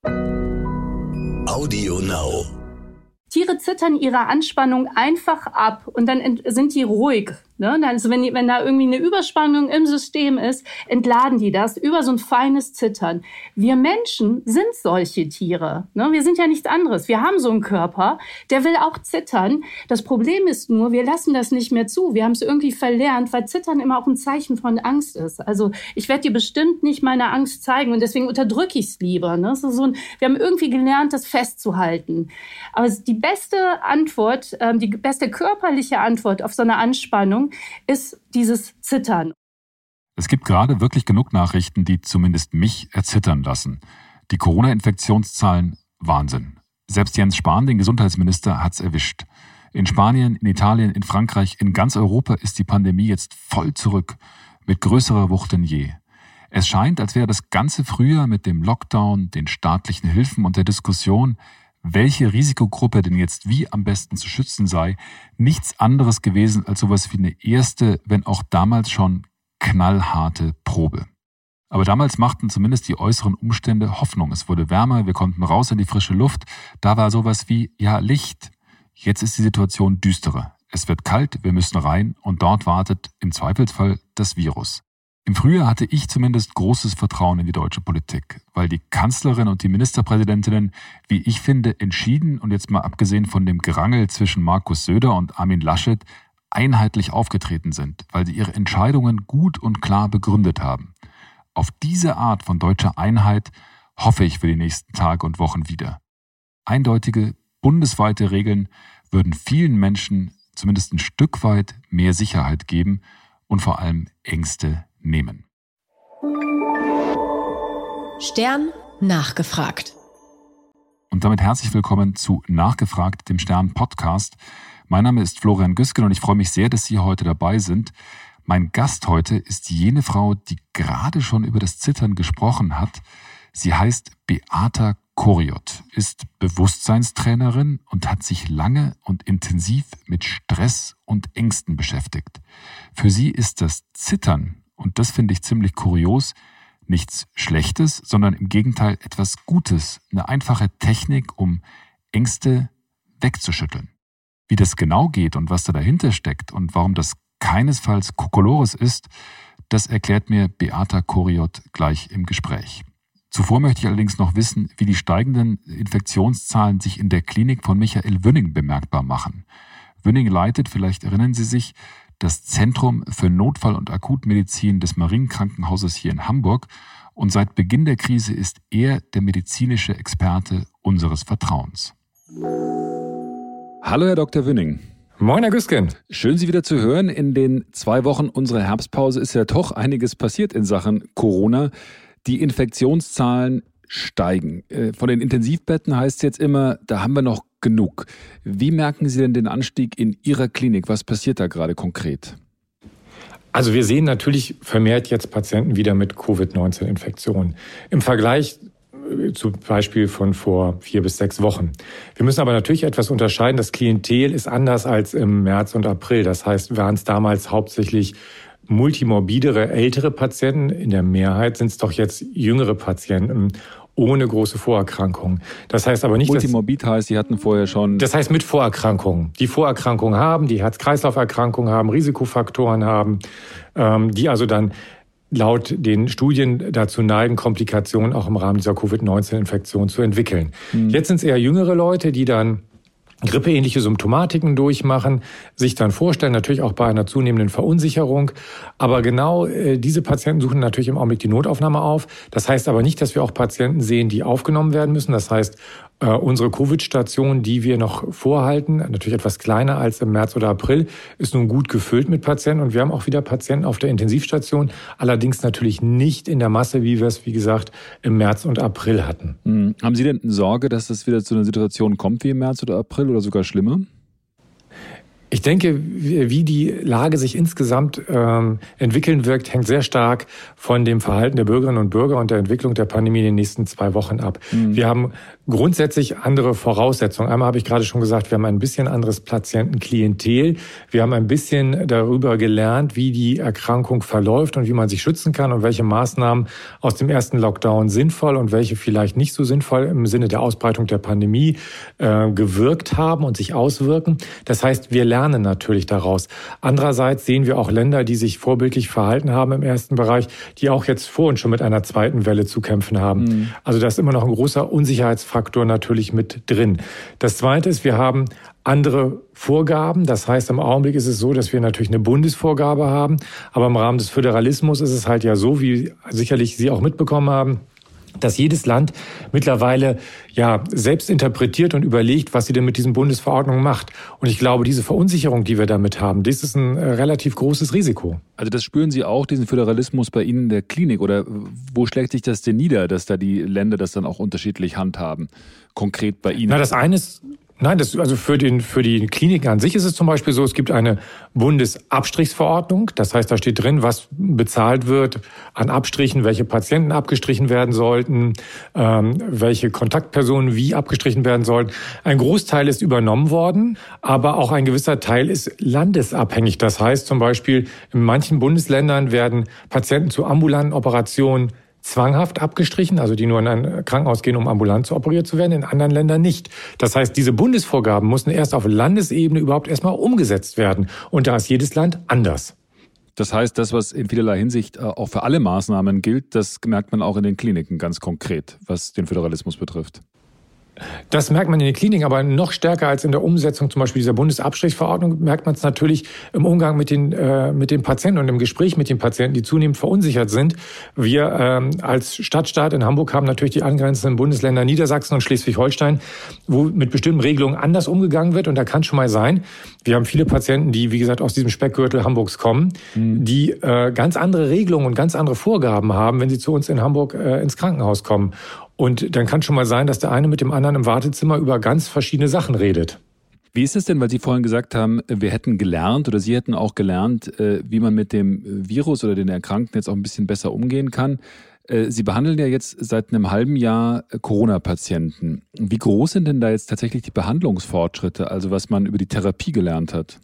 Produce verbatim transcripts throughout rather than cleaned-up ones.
Audio Now. Tiere zittern ihre Anspannung einfach ab und dann ent- sind die ruhig. Ne? Also wenn, die, wenn da irgendwie eine Überspannung im System ist, entladen die das über so ein feines Zittern. Wir Menschen sind solche Tiere. Ne? Wir sind ja nichts anderes. Wir haben so einen Körper, der will auch zittern. Das Problem ist nur, wir lassen das nicht mehr zu. Wir haben es irgendwie verlernt, weil Zittern immer auch ein Zeichen von Angst ist. Also ich werde dir bestimmt nicht meine Angst zeigen und deswegen unterdrücke ich es lieber. Ne? Das ist so ein, wir haben irgendwie gelernt, das festzuhalten. Aber die beste Antwort, die beste körperliche Antwort auf so eine Anspannung ist dieses Zittern. Es gibt gerade wirklich genug Nachrichten, die zumindest mich erzittern lassen. Die Corona-Infektionszahlen, Wahnsinn. Selbst Jens Spahn, den Gesundheitsminister, hat's erwischt. In Spanien, in Italien, in Frankreich, in ganz Europa ist die Pandemie jetzt voll zurück, mit größerer Wucht denn je. Es scheint, als wäre das ganze Frühjahr mit dem Lockdown, den staatlichen Hilfen und der Diskussion, welche Risikogruppe denn jetzt wie am besten zu schützen sei, nichts anderes gewesen als sowas wie eine erste, wenn auch damals schon knallharte Probe. Aber damals machten zumindest die äußeren Umstände Hoffnung. Es wurde wärmer, wir konnten raus in die frische Luft. Da war sowas wie, ja, Licht. Jetzt ist die Situation düsterer. Es wird kalt, wir müssen rein und dort wartet im Zweifelsfall das Virus. Im Frühjahr hatte ich zumindest großes Vertrauen in die deutsche Politik, weil die Kanzlerin und die Ministerpräsidentinnen, wie ich finde, entschieden und jetzt mal abgesehen von dem Gerangel zwischen Markus Söder und Armin Laschet, einheitlich aufgetreten sind, weil sie ihre Entscheidungen gut und klar begründet haben. Auf diese Art von deutscher Einheit hoffe ich für die nächsten Tage und Wochen wieder. Eindeutige, bundesweite Regeln würden vielen Menschen zumindest ein Stück weit mehr Sicherheit geben und vor allem Ängste nehmen. Stern nachgefragt. Und damit herzlich willkommen zu Nachgefragt, dem Stern Podcast. Mein Name ist Florian Güsken und ich freue mich sehr, dass Sie heute dabei sind. Mein Gast heute ist jene Frau, die gerade schon über das Zittern gesprochen hat. Sie heißt Beata Koriot, ist Bewusstseinstrainerin und hat sich lange und intensiv mit Stress und Ängsten beschäftigt. Für sie ist das Zittern, und das finde ich ziemlich kurios, nichts Schlechtes, sondern im Gegenteil etwas Gutes, eine einfache Technik, um Ängste wegzuschütteln. Wie das genau geht und was da dahinter steckt und warum das keinesfalls Kokolores ist, das erklärt mir Beata Koriot gleich im Gespräch. Zuvor möchte ich allerdings noch wissen, wie die steigenden Infektionszahlen sich in der Klinik von Michael Wünning bemerkbar machen. Wünning leitet, vielleicht erinnern Sie sich, das Zentrum für Notfall- und Akutmedizin des Marienkrankenhauses hier in Hamburg und seit Beginn der Krise ist er der medizinische Experte unseres Vertrauens. Hallo Herr Doktor Wünning. Moin Herr Güsken. Schön Sie wieder zu hören. In den zwei Wochen unserer Herbstpause ist ja doch einiges passiert in Sachen Corona. Die Infektionszahlen steigen. Von den Intensivbetten heißt es jetzt immer, da haben wir noch genug. Wie merken Sie denn den Anstieg in Ihrer Klinik? Was passiert da gerade konkret? Also wir sehen natürlich vermehrt jetzt Patienten wieder mit Covid neunzehn Infektionen. Im Vergleich zum Beispiel von vor vier bis sechs Wochen. Wir müssen aber natürlich etwas unterscheiden. Das Klientel ist anders als im März und April. Das heißt, waren es damals hauptsächlich multimorbidere, ältere Patienten. In der Mehrheit sind es doch jetzt jüngere Patienten ohne große Vorerkrankungen. Das heißt aber nicht, Multimorbid dass, heißt, die hatten vorher schon... Das heißt mit Vorerkrankungen. Die Vorerkrankungen haben, die Herz-Kreislauf-Erkrankungen haben, Risikofaktoren haben, ähm, die also dann laut den Studien dazu neigen, Komplikationen auch im Rahmen dieser Covid neunzehn Infektion zu entwickeln. Mhm. Jetzt sind es eher jüngere Leute, die dann grippeähnliche Symptomatiken durchmachen, sich dann vorstellen, natürlich auch bei einer zunehmenden Verunsicherung. Aber genau äh, diese Patienten suchen natürlich im Augenblick die Notaufnahme auf. Das heißt aber nicht, dass wir auch Patienten sehen, die aufgenommen werden müssen. Das heißt, äh, unsere Covid-Station, die wir noch vorhalten, natürlich etwas kleiner als im März oder April, ist nun gut gefüllt mit Patienten. Und wir haben auch wieder Patienten auf der Intensivstation, allerdings natürlich nicht in der Masse, wie wir es, wie gesagt, im März und April hatten. Mhm. Haben Sie denn Sorge, dass das wieder zu einer Situation kommt wie im März oder April oder sogar schlimmer? Ich denke, wie die Lage sich insgesamt ähm, entwickeln wird, hängt sehr stark von dem Verhalten der Bürgerinnen und Bürger und der Entwicklung der Pandemie in den nächsten zwei Wochen ab. Mhm. Wir haben grundsätzlich andere Voraussetzungen. Einmal habe ich gerade schon gesagt, wir haben ein bisschen anderes Patientenklientel. Wir haben ein bisschen darüber gelernt, wie die Erkrankung verläuft und wie man sich schützen kann und welche Maßnahmen aus dem ersten Lockdown sinnvoll und welche vielleicht nicht so sinnvoll im Sinne der Ausbreitung der Pandemie äh, gewirkt haben und sich auswirken. Das heißt, wir lernen lernen natürlich daraus. Andererseits sehen wir auch Länder, die sich vorbildlich verhalten haben im ersten Bereich, die auch jetzt vor uns schon mit einer zweiten Welle zu kämpfen haben. Mhm. Also da ist immer noch ein großer Unsicherheitsfaktor natürlich mit drin. Das Zweite ist, wir haben andere Vorgaben. Das heißt, im Augenblick ist es so, dass wir natürlich eine Bundesvorgabe haben. Aber im Rahmen des Föderalismus ist es halt ja so, wie sicherlich Sie auch mitbekommen haben, dass jedes Land mittlerweile ja selbst interpretiert und überlegt, was sie denn mit diesen Bundesverordnungen macht. Und ich glaube, diese Verunsicherung, die wir damit haben, das ist ein relativ großes Risiko. Also das spüren Sie auch, diesen Föderalismus bei Ihnen in der Klinik? Oder wo schlägt sich das denn nieder, dass da die Länder das dann auch unterschiedlich handhaben? Konkret bei Ihnen? Na, das eine ist... Nein, das, also für den, für die Kliniken an sich ist es zum Beispiel so, es gibt eine Bundesabstrichsverordnung. Das heißt, da steht drin, was bezahlt wird an Abstrichen, welche Patienten abgestrichen werden sollten, ähm, welche Kontaktpersonen wie abgestrichen werden sollten. Ein Großteil ist übernommen worden, aber auch ein gewisser Teil ist landesabhängig. Das heißt zum Beispiel, in manchen Bundesländern werden Patienten zu ambulanten Operationen zwanghaft abgestrichen, also die nur in ein Krankenhaus gehen, um ambulant operiert zu werden, in anderen Ländern nicht. Das heißt, diese Bundesvorgaben mussten erst auf Landesebene überhaupt erstmal umgesetzt werden. Und da ist jedes Land anders. Das heißt, das, was in vielerlei Hinsicht auch für alle Maßnahmen gilt, das merkt man auch in den Kliniken ganz konkret, was den Föderalismus betrifft. Das merkt man in den Kliniken, aber noch stärker als in der Umsetzung zum Beispiel dieser Bundesabstrichverordnung merkt man es natürlich im Umgang mit den äh, mit den Patienten und im Gespräch mit den Patienten, die zunehmend verunsichert sind. Wir ähm, als Stadtstaat in Hamburg haben natürlich die angrenzenden Bundesländer Niedersachsen und Schleswig-Holstein, wo mit bestimmten Regelungen anders umgegangen wird. Und da kann schon mal sein, wir haben viele Patienten, die, wie gesagt, aus diesem Speckgürtel Hamburgs kommen, mhm. die äh, ganz andere Regelungen und ganz andere Vorgaben haben, wenn sie zu uns in Hamburg äh, ins Krankenhaus kommen. Und dann kann schon mal sein, dass der eine mit dem anderen im Wartezimmer über ganz verschiedene Sachen redet. Wie ist es denn, weil Sie vorhin gesagt haben, wir hätten gelernt oder Sie hätten auch gelernt, wie man mit dem Virus oder den Erkrankten jetzt auch ein bisschen besser umgehen kann. Sie behandeln ja jetzt seit einem halben Jahr Corona-Patienten. Wie groß sind denn da jetzt tatsächlich die Behandlungsfortschritte, also was man über die Therapie gelernt hat?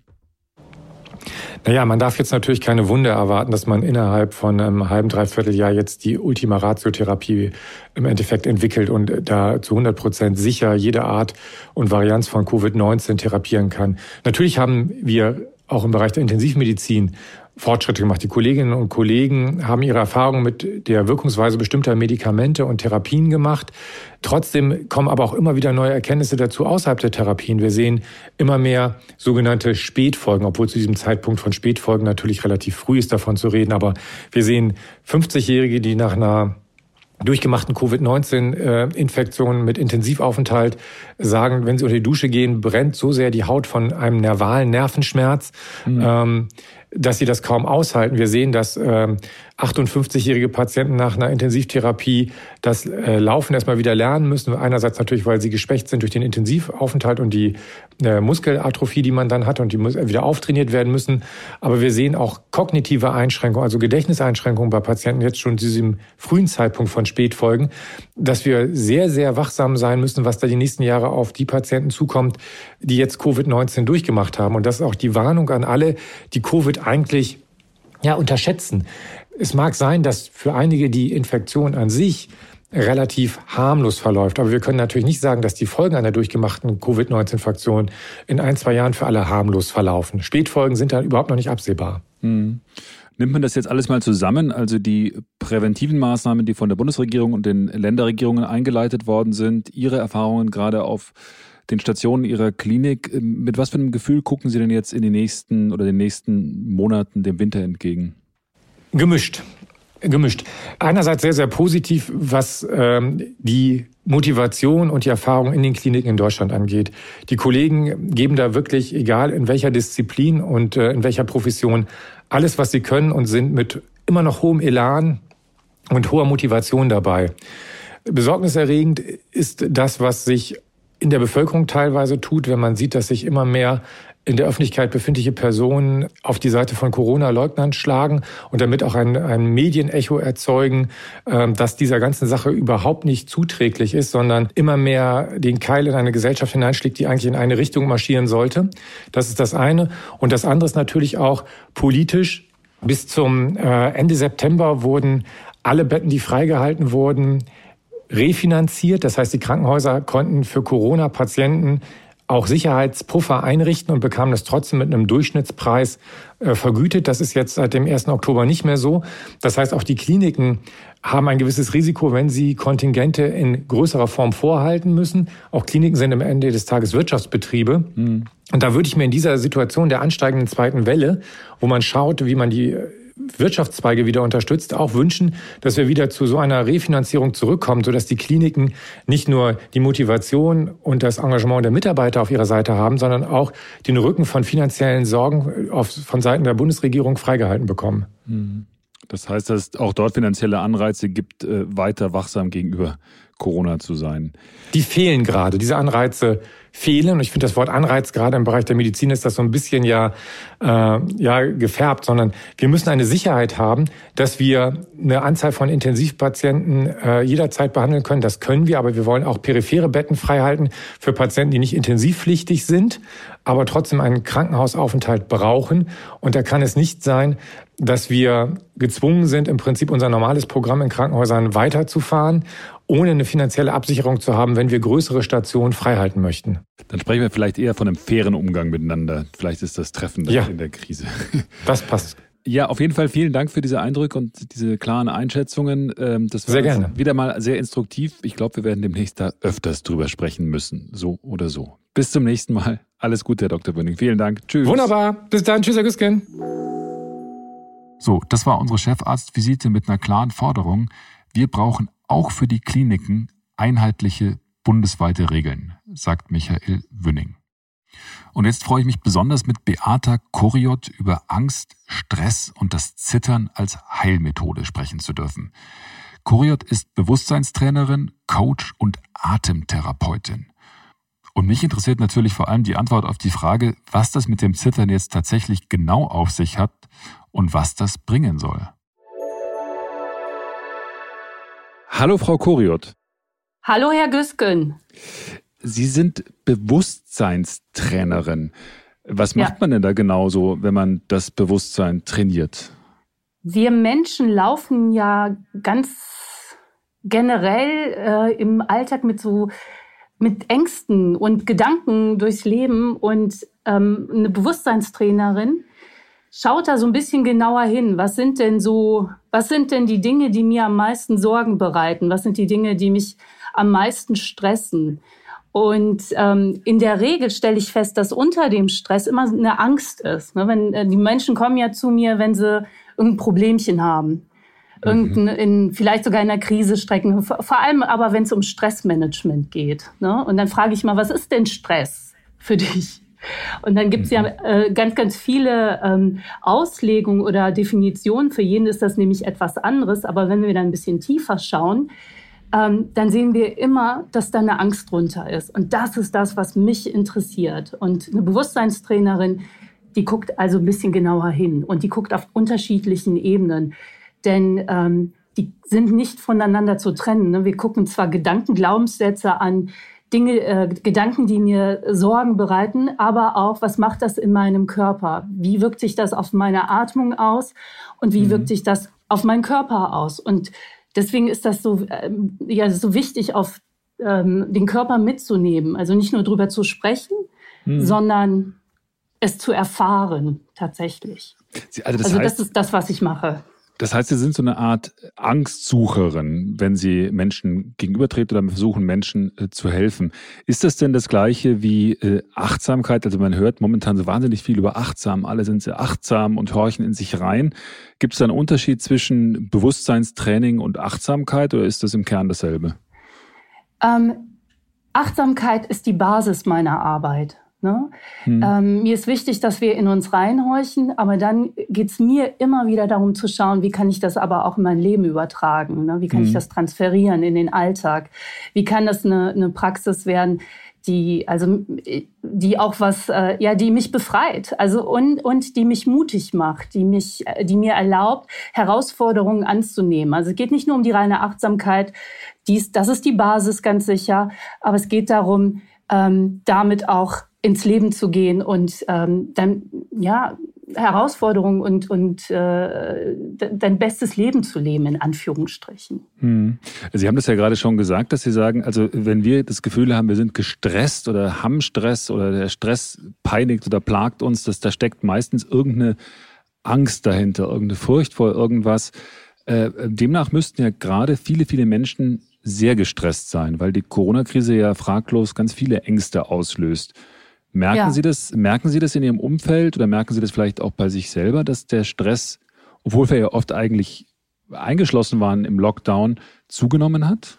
Naja, man darf jetzt natürlich keine Wunder erwarten, dass man innerhalb von einem halben, dreiviertel Jahr jetzt die Ultima-Ratio-Therapie im Endeffekt entwickelt und da zu hundert Prozent sicher jede Art und Varianz von Covid neunzehn therapieren kann. Natürlich haben wir auch im Bereich der Intensivmedizin Fortschritte gemacht. Die Kolleginnen und Kollegen haben ihre Erfahrungen mit der Wirkungsweise bestimmter Medikamente und Therapien gemacht. Trotzdem kommen aber auch immer wieder neue Erkenntnisse dazu außerhalb der Therapien. Wir sehen immer mehr sogenannte Spätfolgen, obwohl zu diesem Zeitpunkt von Spätfolgen natürlich relativ früh ist, davon zu reden. Aber wir sehen fünfzigjährige, die nach einer durchgemachten Covid neunzehn Infektionen mit Intensivaufenthalt sagen, wenn sie unter die Dusche gehen, brennt so sehr die Haut von einem nervalen Nervenschmerz, mhm. ähm, dass sie das kaum aushalten. Wir sehen, dass ähm, achtundfünfzigjährige Patienten nach einer Intensivtherapie das äh, Laufen erstmal wieder lernen müssen. Einerseits natürlich, weil sie geschwächt sind durch den Intensivaufenthalt und die äh, Muskelatrophie, die man dann hat und die muss wieder auftrainiert werden müssen. Aber wir sehen auch kognitive Einschränkungen, also Gedächtniseinschränkungen bei Patienten jetzt schon zu diesem frühen Zeitpunkt von Spätfolgen, dass wir sehr, sehr wachsam sein müssen, was da die nächsten Jahre auf die Patienten zukommt, die jetzt Covid neunzehn durchgemacht haben. Und das ist auch die Warnung an alle, die Covid eigentlich ja unterschätzen. Es mag sein, dass für einige die Infektion an sich relativ harmlos verläuft. Aber wir können natürlich nicht sagen, dass die Folgen einer durchgemachten Covid neunzehn Infektion in ein, zwei Jahren für alle harmlos verlaufen. Spätfolgen sind da überhaupt noch nicht absehbar. Hm. Nimmt man das jetzt alles mal zusammen, also die präventiven Maßnahmen, die von der Bundesregierung und den Länderregierungen eingeleitet worden sind, Ihre Erfahrungen gerade auf den Stationen Ihrer Klinik, mit was für einem Gefühl gucken Sie denn jetzt in den nächsten oder den nächsten Monaten dem Winter entgegen? Gemischt. Gemischt. Einerseits sehr, sehr positiv, was ähm, die Motivation und die Erfahrung in den Kliniken in Deutschland angeht. Die Kollegen geben da wirklich, egal in welcher Disziplin und äh, in welcher Profession, alles, was sie können und sind mit immer noch hohem Elan und hoher Motivation dabei. Besorgniserregend ist das, was sich in der Bevölkerung teilweise tut, wenn man sieht, dass sich immer mehr in der Öffentlichkeit befindliche Personen auf die Seite von Corona-Leugnern schlagen und damit auch ein, ein Medienecho erzeugen, dass dieser ganzen Sache überhaupt nicht zuträglich ist, sondern immer mehr den Keil in eine Gesellschaft hineinschlägt, die eigentlich in eine Richtung marschieren sollte. Das ist das eine. Und das andere ist natürlich auch politisch. Bis zum Ende September wurden alle Betten, die freigehalten wurden, refinanziert. Das heißt, die Krankenhäuser konnten für Corona-Patienten auch Sicherheitspuffer einrichten und bekamen das trotzdem mit einem Durchschnittspreis äh, vergütet. Das ist jetzt seit dem ersten Oktober nicht mehr so. Das heißt, auch die Kliniken haben ein gewisses Risiko, wenn sie Kontingente in größerer Form vorhalten müssen. Auch Kliniken sind am Ende des Tages Wirtschaftsbetriebe. Mhm. Und da würde ich mir in dieser Situation der ansteigenden zweiten Welle, wo man schaut, wie man die Wirtschaftszweige wieder unterstützt, auch wünschen, dass wir wieder zu so einer Refinanzierung zurückkommen, sodass die Kliniken nicht nur die Motivation und das Engagement der Mitarbeiter auf ihrer Seite haben, sondern auch den Rücken von finanziellen Sorgen auf, von Seiten der Bundesregierung freigehalten bekommen. Das heißt, dass es auch dort finanzielle Anreize gibt, weiter wachsam gegenüber Corona zu sein. Die fehlen gerade. Diese Anreize fehlen. Und ich finde, das Wort Anreiz, gerade im Bereich der Medizin, ist das so ein bisschen ja, äh, ja gefärbt, sondern wir müssen eine Sicherheit haben, dass wir eine Anzahl von Intensivpatienten äh, jederzeit behandeln können. Das können wir, aber wir wollen auch periphere Betten freihalten für Patienten, die nicht intensivpflichtig sind, aber trotzdem einen Krankenhausaufenthalt brauchen. Und da kann es nicht sein, dass wir gezwungen sind, im Prinzip unser normales Programm in Krankenhäusern weiterzufahren, ohne eine finanzielle Absicherung zu haben, wenn wir größere Stationen freihalten möchten. Dann sprechen wir vielleicht eher von einem fairen Umgang miteinander. Vielleicht ist das treffender ja. in der Krise. Das passt. Ja, auf jeden Fall vielen Dank für diese Eindrücke und diese klaren Einschätzungen. Das war sehr gerne. Wieder mal sehr instruktiv. Ich glaube, wir werden demnächst da öfters drüber sprechen müssen. So oder so. Bis zum nächsten Mal. Alles Gute, Herr Doktor Wünning. Vielen Dank. Tschüss. Wunderbar. Bis dann. Tschüss, Herr Güsken. So, das war unsere Chefarztvisite mit einer klaren Forderung. Wir brauchen auch für die Kliniken einheitliche bundesweite Regeln, sagt Michael Wünning. Und jetzt freue ich mich besonders mit Beata Koriot über Angst, Stress und das Zittern als Heilmethode sprechen zu dürfen. Koriot ist Bewusstseinstrainerin, Coach und Atemtherapeutin. Und mich interessiert natürlich vor allem die Antwort auf die Frage, was das mit dem Zittern jetzt tatsächlich genau auf sich hat und was das bringen soll. Hallo Frau Koriot. Hallo Herr Güsken. Sie sind Bewusstseinstrainerin. Was macht ja. man denn da genauso, wenn man das Bewusstsein trainiert? Wir Menschen laufen ja ganz generell äh, im Alltag mit so mit Ängsten und Gedanken durchs Leben und ähm, eine Bewusstseinstrainerin schaut da so ein bisschen genauer hin. Was sind denn so, was sind denn die Dinge, die mir am meisten Sorgen bereiten? Was sind die Dinge, die mich am meisten stressen? Und ähm, in der Regel stelle ich fest, dass unter dem Stress immer eine Angst ist. Ne? Wenn, äh, die Menschen kommen ja zu mir, wenn sie irgendein Problemchen haben. Irgendein, in, vielleicht sogar in einer Krise stecken. Vor allem aber, wenn es um Stressmanagement geht. Ne? Und dann frage ich mal, was ist denn Stress für dich? Und dann gibt es ja äh, ganz, ganz viele ähm, Auslegungen oder Definitionen. Für jeden ist das nämlich etwas anderes. Aber wenn wir dann ein bisschen tiefer schauen, ähm, dann sehen wir immer, dass da eine Angst drunter ist. Und das ist das, was mich interessiert. Und eine Bewusstseinstrainerin, die guckt also ein bisschen genauer hin. Und die guckt auf unterschiedlichen Ebenen. Denn ähm, die sind nicht voneinander zu trennen. Ne? Wir gucken zwar Gedanken, Glaubenssätze an, Dinge, äh, Gedanken, die mir Sorgen bereiten, aber auch, was macht das in meinem Körper? Wie wirkt sich das auf meine Atmung aus? Und wie mhm. wirkt sich das auf meinen Körper aus? Und deswegen ist das so, ähm, ja, so wichtig, auf ähm, den Körper mitzunehmen. Also nicht nur drüber zu sprechen, mhm. sondern es zu erfahren, tatsächlich. Sie, also das, also heißt, das ist das, was ich mache. Das heißt, Sie sind so eine Art Angstsucherin, wenn Sie Menschen gegenübertreten oder versuchen, Menschen äh, zu helfen. Ist das denn das Gleiche wie äh, Achtsamkeit? Also man hört momentan so wahnsinnig viel über achtsam. Alle sind sehr achtsam und horchen in sich rein. Gibt es da einen Unterschied zwischen Bewusstseinstraining und Achtsamkeit oder ist das im Kern dasselbe? Ähm, Achtsamkeit ist die Basis meiner Arbeit. Ne? Hm. Ähm, mir ist wichtig, dass wir in uns reinhorchen, aber dann geht es mir immer wieder darum zu schauen, wie kann ich das aber auch in mein Leben übertragen? Ne? Wie kann hm. ich das transferieren in den Alltag? Wie kann das eine, eine Praxis werden, die, also, die auch was, äh, ja, die mich befreit, also, und, und die mich mutig macht, die mich, die mir erlaubt, Herausforderungen anzunehmen. Also, es geht nicht nur um die reine Achtsamkeit, dies, das ist die Basis, ganz sicher, aber es geht darum, ähm, damit auch ins Leben zu gehen und ähm, dann, ja, Herausforderungen und, und äh, dein bestes Leben zu leben, in Anführungsstrichen. Hm. Sie haben das ja gerade schon gesagt, dass Sie sagen, also wenn wir das Gefühl haben, wir sind gestresst oder haben Stress oder der Stress peinigt oder plagt uns, dass da steckt meistens irgendeine Angst dahinter, irgendeine Furcht vor irgendwas. Äh, demnach müssten ja gerade viele, viele Menschen sehr gestresst sein, weil die Corona-Krise ja fraglos ganz viele Ängste auslöst. Merken ja. Sie das, merken Sie das in Ihrem Umfeld oder merken Sie das vielleicht auch bei sich selber, dass der Stress, obwohl wir ja oft eigentlich eingeschlossen waren im Lockdown, zugenommen hat?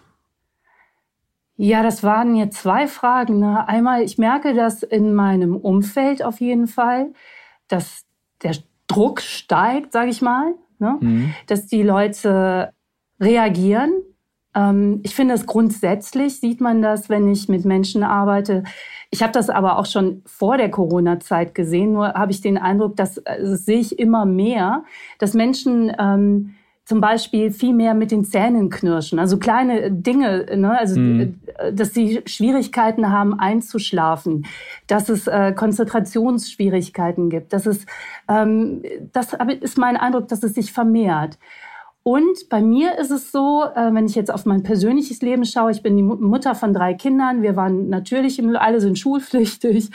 Ja, das waren jetzt zwei Fragen. Ne? Einmal, ich merke das in meinem Umfeld auf jeden Fall, dass der Druck steigt, sage ich mal, ne? Mhm. Dass die Leute reagieren. Ich finde es grundsätzlich, sieht man das, wenn ich mit Menschen arbeite. Ich habe das aber auch schon vor der Corona-Zeit gesehen, nur habe ich den Eindruck, dass, also das sehe ich immer mehr, dass Menschen ähm, zum Beispiel viel mehr mit den Zähnen knirschen, also kleine Dinge, ne? Also mhm. dass sie Schwierigkeiten haben einzuschlafen, dass es äh, Konzentrationsschwierigkeiten gibt, dass es, ähm, das ist mein Eindruck, dass es sich vermehrt. Und bei mir ist es so, wenn ich jetzt auf mein persönliches Leben schaue, ich bin die Mutter von drei Kindern, wir waren natürlich, alle sind schulpflichtig,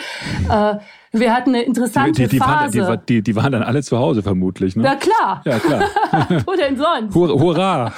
wir hatten eine interessante die, die, die Phase. Waren, die, die waren dann alle zu Hause vermutlich, ne? Ja, klar. Ja, klar. Wo denn sonst? Hurra!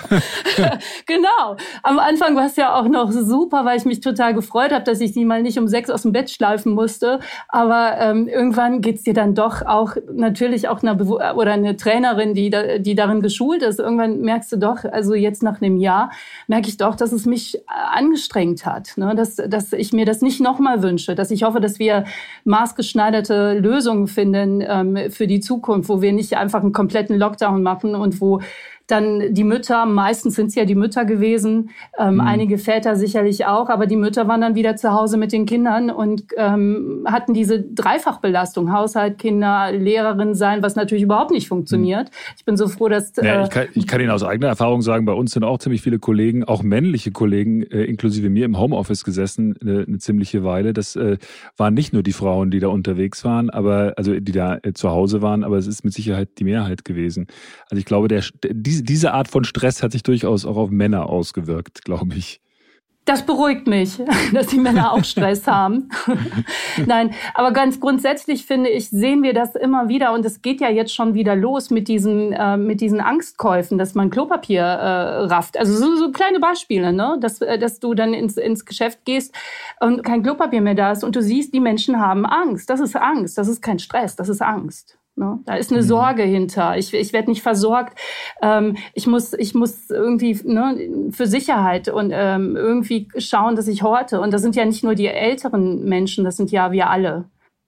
Genau. Am Anfang war es ja auch noch super, weil ich mich total gefreut habe, dass ich die mal nicht um sechs aus dem Bett schleifen musste. Aber ähm, irgendwann geht's dir dann doch auch natürlich auch eine Bewo- oder eine Trainerin, die da, die darin geschult ist. Irgendwann merkst du doch, also jetzt nach einem Jahr merke ich doch, dass es mich angestrengt hat, ne? Dass, dass ich mir das nicht nochmal wünsche, dass ich hoffe, dass wir maßgeschneiderte Lösungen finden ähm, für die Zukunft, wo wir nicht einfach einen kompletten Lockdown machen und wo dann die Mütter, meistens sind es ja die Mütter gewesen, ähm, mhm. einige Väter sicherlich auch, aber die Mütter waren dann wieder zu Hause mit den Kindern und ähm, hatten diese Dreifachbelastung, Haushalt, Kinder, Lehrerin sein, was natürlich überhaupt nicht funktioniert. Mhm. Ich bin so froh, dass... Äh, ja, ich, kann, ich kann Ihnen aus eigener Erfahrung sagen, bei uns sind auch ziemlich viele Kollegen, auch männliche Kollegen, äh, inklusive mir im Homeoffice gesessen, eine, eine ziemliche Weile. Das äh, waren nicht nur die Frauen, die da unterwegs waren, aber also die da äh, zu Hause waren, aber es ist mit Sicherheit die Mehrheit gewesen. Also ich glaube, der, die, diese Art von Stress hat sich durchaus auch auf Männer ausgewirkt, glaube ich. Das beruhigt mich, dass die Männer auch Stress haben. Nein, aber ganz grundsätzlich finde ich, sehen wir das immer wieder und es geht ja jetzt schon wieder los mit diesen äh, mit diesen Angstkäufen, dass man Klopapier äh, rafft. Also so, so kleine Beispiele, ne, dass dass du dann ins ins Geschäft gehst und kein Klopapier mehr da ist und du siehst, die Menschen haben Angst. Das ist Angst, das ist kein Stress, das ist Angst. Ne? Da ist eine Sorge hinter. Ich, ich werde nicht versorgt. Ähm, ich muss, ich muss irgendwie ne, für Sicherheit und ähm, irgendwie schauen, dass ich horte. Und das sind ja nicht nur die älteren Menschen, das sind ja wir alle.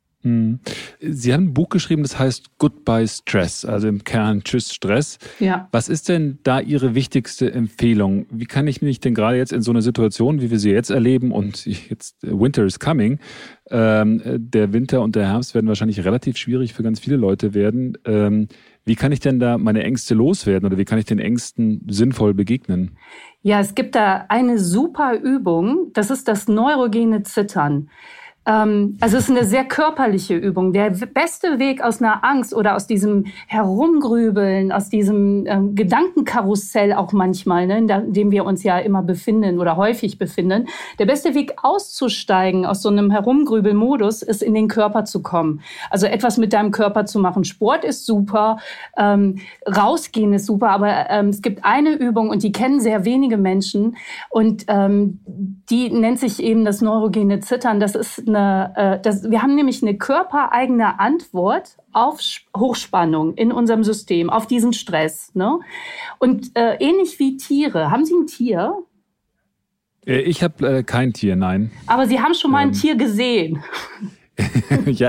Sie haben ein Buch geschrieben, das heißt Goodbye Stress, also im Kern Tschüss Stress. Ja. Was ist denn da Ihre wichtigste Empfehlung? Wie kann ich mich denn gerade jetzt in so einer Situation, wie wir sie jetzt erleben und jetzt Winter is coming, ähm, der Winter und der Herbst werden wahrscheinlich relativ schwierig für ganz viele Leute werden. Ähm, wie kann ich denn da meine Ängste loswerden oder wie kann ich den Ängsten sinnvoll begegnen? Ja, es gibt da eine super Übung, das ist das neurogene Zittern. Also es ist eine sehr körperliche Übung. Der beste Weg aus einer Angst oder aus diesem Herumgrübeln, aus diesem ähm, Gedankenkarussell auch manchmal, ne, in dem wir uns ja immer befinden oder häufig befinden, der beste Weg auszusteigen aus so einem Herumgrübelmodus ist, in den Körper zu kommen. Also etwas mit deinem Körper zu machen. Sport ist super, ähm, rausgehen ist super, aber ähm, es gibt eine Übung und die kennen sehr wenige Menschen und ähm, die nennt sich eben das neurogene Zittern. Das ist Eine, das, wir haben nämlich eine körpereigene Antwort auf Hochspannung in unserem System, auf diesen Stress. Ne? Und äh, ähnlich wie Tiere. Haben Sie ein Tier? Ich habe äh, kein Tier, nein. Aber Sie haben schon mal ähm, ein Tier gesehen. Ja,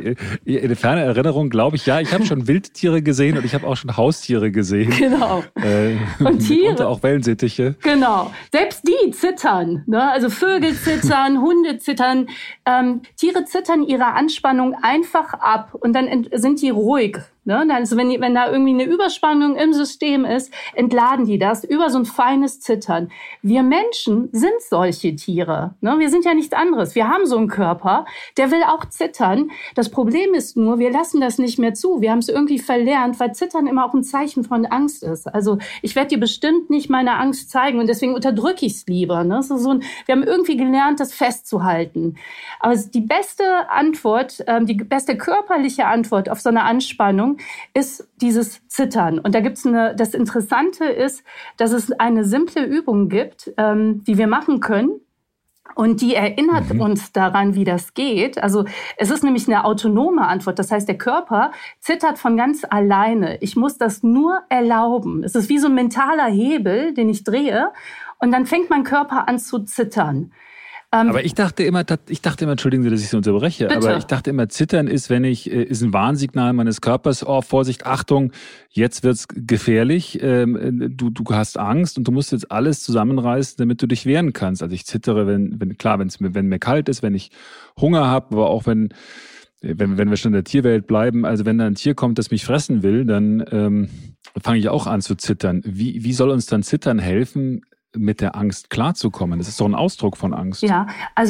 in ferner Erinnerung glaube ich, ja, ich habe schon Wildtiere gesehen und ich habe auch schon Haustiere gesehen. Genau. Äh, und Tiere. Und auch Wellensittiche. Genau. Selbst die zittern. Ne? Also Vögel zittern, Hunde zittern. Ähm, Tiere zittern ihre Anspannung einfach ab und dann ent- sind die ruhig. Ne? Also wenn, wenn da irgendwie eine Überspannung im System ist, entladen die das über so ein feines Zittern. Wir Menschen sind solche Tiere. Ne? Wir sind ja nichts anderes. Wir haben so einen Körper, der will auch zittern. Das Problem ist nur, wir lassen das nicht mehr zu. Wir haben es irgendwie verlernt, weil Zittern immer auch ein Zeichen von Angst ist. Also ich werde dir bestimmt nicht meine Angst zeigen und deswegen unterdrücke ich es lieber. Ne? So so ein, wir haben irgendwie gelernt, das festzuhalten. Aber die beste Antwort, ähm, die beste körperliche Antwort auf so eine Anspannung ist dieses Zittern. Und da gibt's eine, das Interessante ist, dass es eine simple Übung gibt, ähm, die wir machen können. Und die erinnert mhm. uns daran, wie das geht. Also es ist nämlich eine autonome Antwort. Das heißt, der Körper zittert von ganz alleine. Ich muss das nur erlauben. Es ist wie so ein mentaler Hebel, den ich drehe. Und dann fängt mein Körper an zu zittern. Ähm, aber ich dachte immer, ich dachte immer, entschuldigen Sie, dass ich Sie unterbreche, bitte. aber ich dachte immer, Zittern ist, wenn ich, ist ein Warnsignal meines Körpers, oh, Vorsicht, Achtung, jetzt wird's gefährlich, ähm, du, du hast Angst und du musst jetzt alles zusammenreißen, damit du dich wehren kannst. Also ich zittere, wenn, wenn klar, wenn's mir, wenn mir kalt ist, wenn ich Hunger habe, aber auch wenn, wenn, wenn wir schon in der Tierwelt bleiben, also wenn da ein Tier kommt, das mich fressen will, dann ähm, fange ich auch an zu zittern. Wie, wie soll uns dann Zittern helfen, mit der Angst klarzukommen? Das ist doch ein Ausdruck von Angst. Ja, also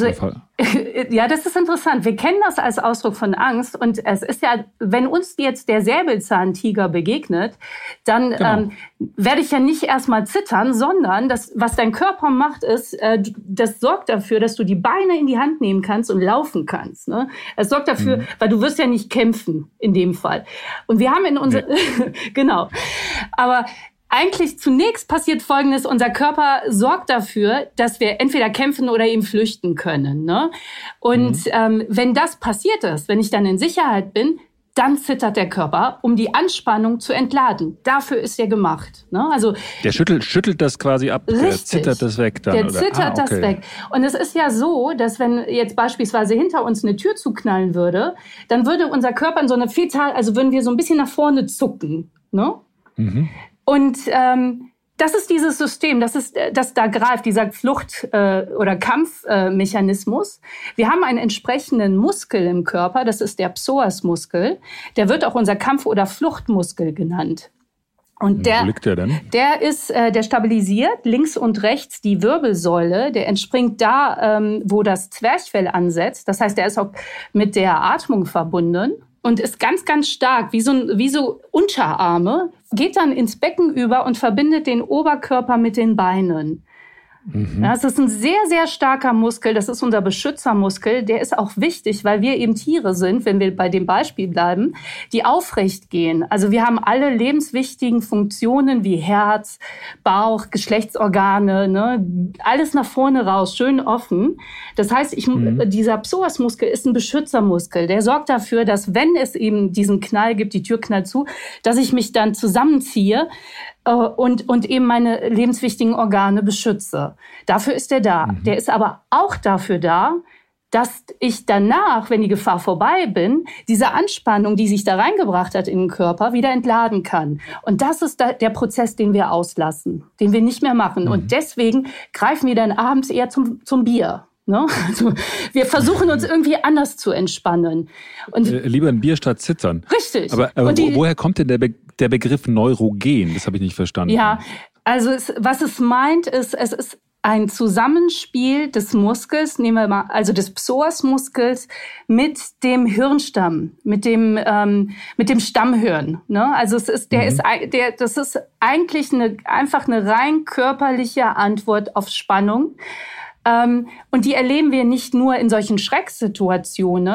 ja, das ist interessant. Wir kennen das als Ausdruck von Angst und es ist ja, wenn uns jetzt der Säbelzahntiger begegnet, dann genau. ähm, werde ich ja nicht erstmal zittern, sondern das, was dein Körper macht, ist, äh, das sorgt dafür, dass du die Beine in die Hand nehmen kannst und laufen kannst. Ne? Es sorgt dafür, mhm. weil du wirst ja nicht kämpfen in dem Fall. Und wir haben in unser nee. genau, aber eigentlich zunächst passiert Folgendes: Unser Körper sorgt dafür, dass wir entweder kämpfen oder eben flüchten können. Ne? Und mhm. ähm, wenn das passiert ist, wenn ich dann in Sicherheit bin, dann zittert der Körper, um die Anspannung zu entladen. Dafür ist er gemacht. Ne? Also der schüttelt, schüttelt das quasi ab, richtig. Der zittert das weg dann. Der oder? zittert ah, okay. das weg. Und es ist ja so, dass wenn jetzt beispielsweise hinter uns eine Tür zuknallen würde, dann würde unser Körper in so eine Fetal, also würden wir so ein bisschen nach vorne zucken. Ne? Mhm. Und ähm, das ist dieses System, das ist, das da greift, dieser Flucht- äh, oder Kampfmechanismus. Äh, Wir haben einen entsprechenden Muskel im Körper, das ist der Psoasmuskel. Der wird auch unser Kampf- oder Fluchtmuskel genannt. Und der, Wo liegt der denn? Der ist, äh, der stabilisiert links und rechts die Wirbelsäule. Der entspringt da, ähm, wo das Zwerchfell ansetzt. Das heißt, der ist auch mit der Atmung verbunden. Und ist ganz, ganz stark, wie so, wie so Unterarme, geht dann ins Becken über und verbindet den Oberkörper mit den Beinen. Mhm. Ja, das ist ein sehr, sehr starker Muskel. Das ist unser Beschützermuskel. Der ist auch wichtig, weil wir eben Tiere sind, wenn wir bei dem Beispiel bleiben, die aufrecht gehen. Also wir haben alle lebenswichtigen Funktionen wie Herz, Bauch, Geschlechtsorgane, ne? Alles nach vorne raus, schön offen. Das heißt, ich, mhm. dieser Psoasmuskel ist ein Beschützermuskel. Der sorgt dafür, dass wenn es eben diesen Knall gibt, die Tür knallt zu, dass ich mich dann zusammenziehe und, und eben meine lebenswichtigen Organe beschütze. Dafür ist er da. Mhm. Der ist aber auch dafür da, dass ich danach, wenn die Gefahr vorbei bin, diese Anspannung, die sich da reingebracht hat in den Körper, wieder entladen kann. Und das ist da der Prozess, den wir auslassen, den wir nicht mehr machen. Mhm. Und deswegen greifen wir dann abends eher zum, zum Bier. Ne? Also wir versuchen uns irgendwie anders zu entspannen. Und äh, lieber ein Bier statt Zittern. Richtig. Aber, aber die, woher kommt denn der, Be- der Begriff Neurogen? Das habe ich nicht verstanden. Ja, also es, was es meint, ist, es ist ein Zusammenspiel des Muskels, nehmen wir mal, also des Psoasmuskels mit dem Hirnstamm, mit dem ähm, mit dem Stammhirn. Ne? Also es ist, der mhm. ist, der, das ist eigentlich eine einfach eine rein körperliche Antwort auf Spannung. Ähm, und die erleben wir nicht nur in solchen Schrecksituationen,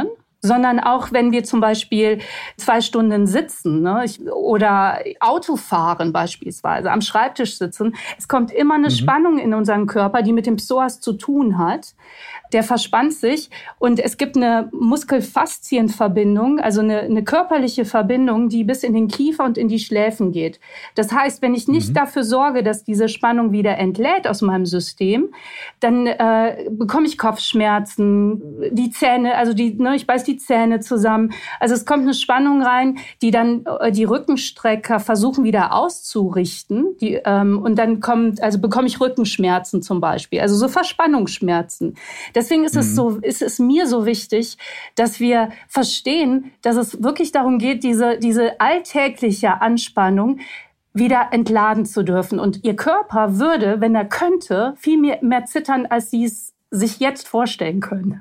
sondern auch wenn wir zum Beispiel zwei Stunden sitzen, ne, oder Auto fahren beispielsweise, am Schreibtisch sitzen. Es kommt immer eine mhm. Spannung in unseren Körper, die mit dem Psoas zu tun hat. Der verspannt sich und es gibt eine Muskel-Faszien-Verbindung, also eine, eine körperliche Verbindung, die bis in den Kiefer und in die Schläfen geht. Das heißt, wenn ich nicht mhm. dafür sorge, dass diese Spannung wieder entlädt aus meinem System, dann äh, bekomme ich Kopfschmerzen, die Zähne, also die, ne, ich beiß die Zähne zusammen. Also es kommt eine Spannung rein, die dann äh, die Rückenstrecker versuchen wieder auszurichten. Die, ähm, und dann kommt, also bekomme ich Rückenschmerzen zum Beispiel, also so Verspannungsschmerzen. Deswegen ist, mhm. es so, ist es mir so wichtig, dass wir verstehen, dass es wirklich darum geht, diese, diese alltägliche Anspannung wieder entladen zu dürfen. Und Ihr Körper würde, wenn er könnte, viel mehr, mehr zittern, als Sie es sich jetzt vorstellen können.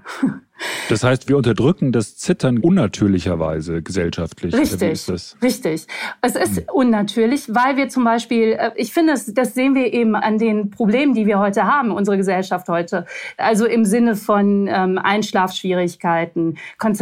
Das heißt, wir unterdrücken das Zittern unnatürlicherweise gesellschaftlich. Richtig, wie ist das? richtig. Es ist hm. unnatürlich, weil wir zum Beispiel, ich finde, das, das sehen wir eben an den Problemen, die wir heute haben, unsere Gesellschaft heute. Also im Sinne von ähm, Einschlafschwierigkeiten,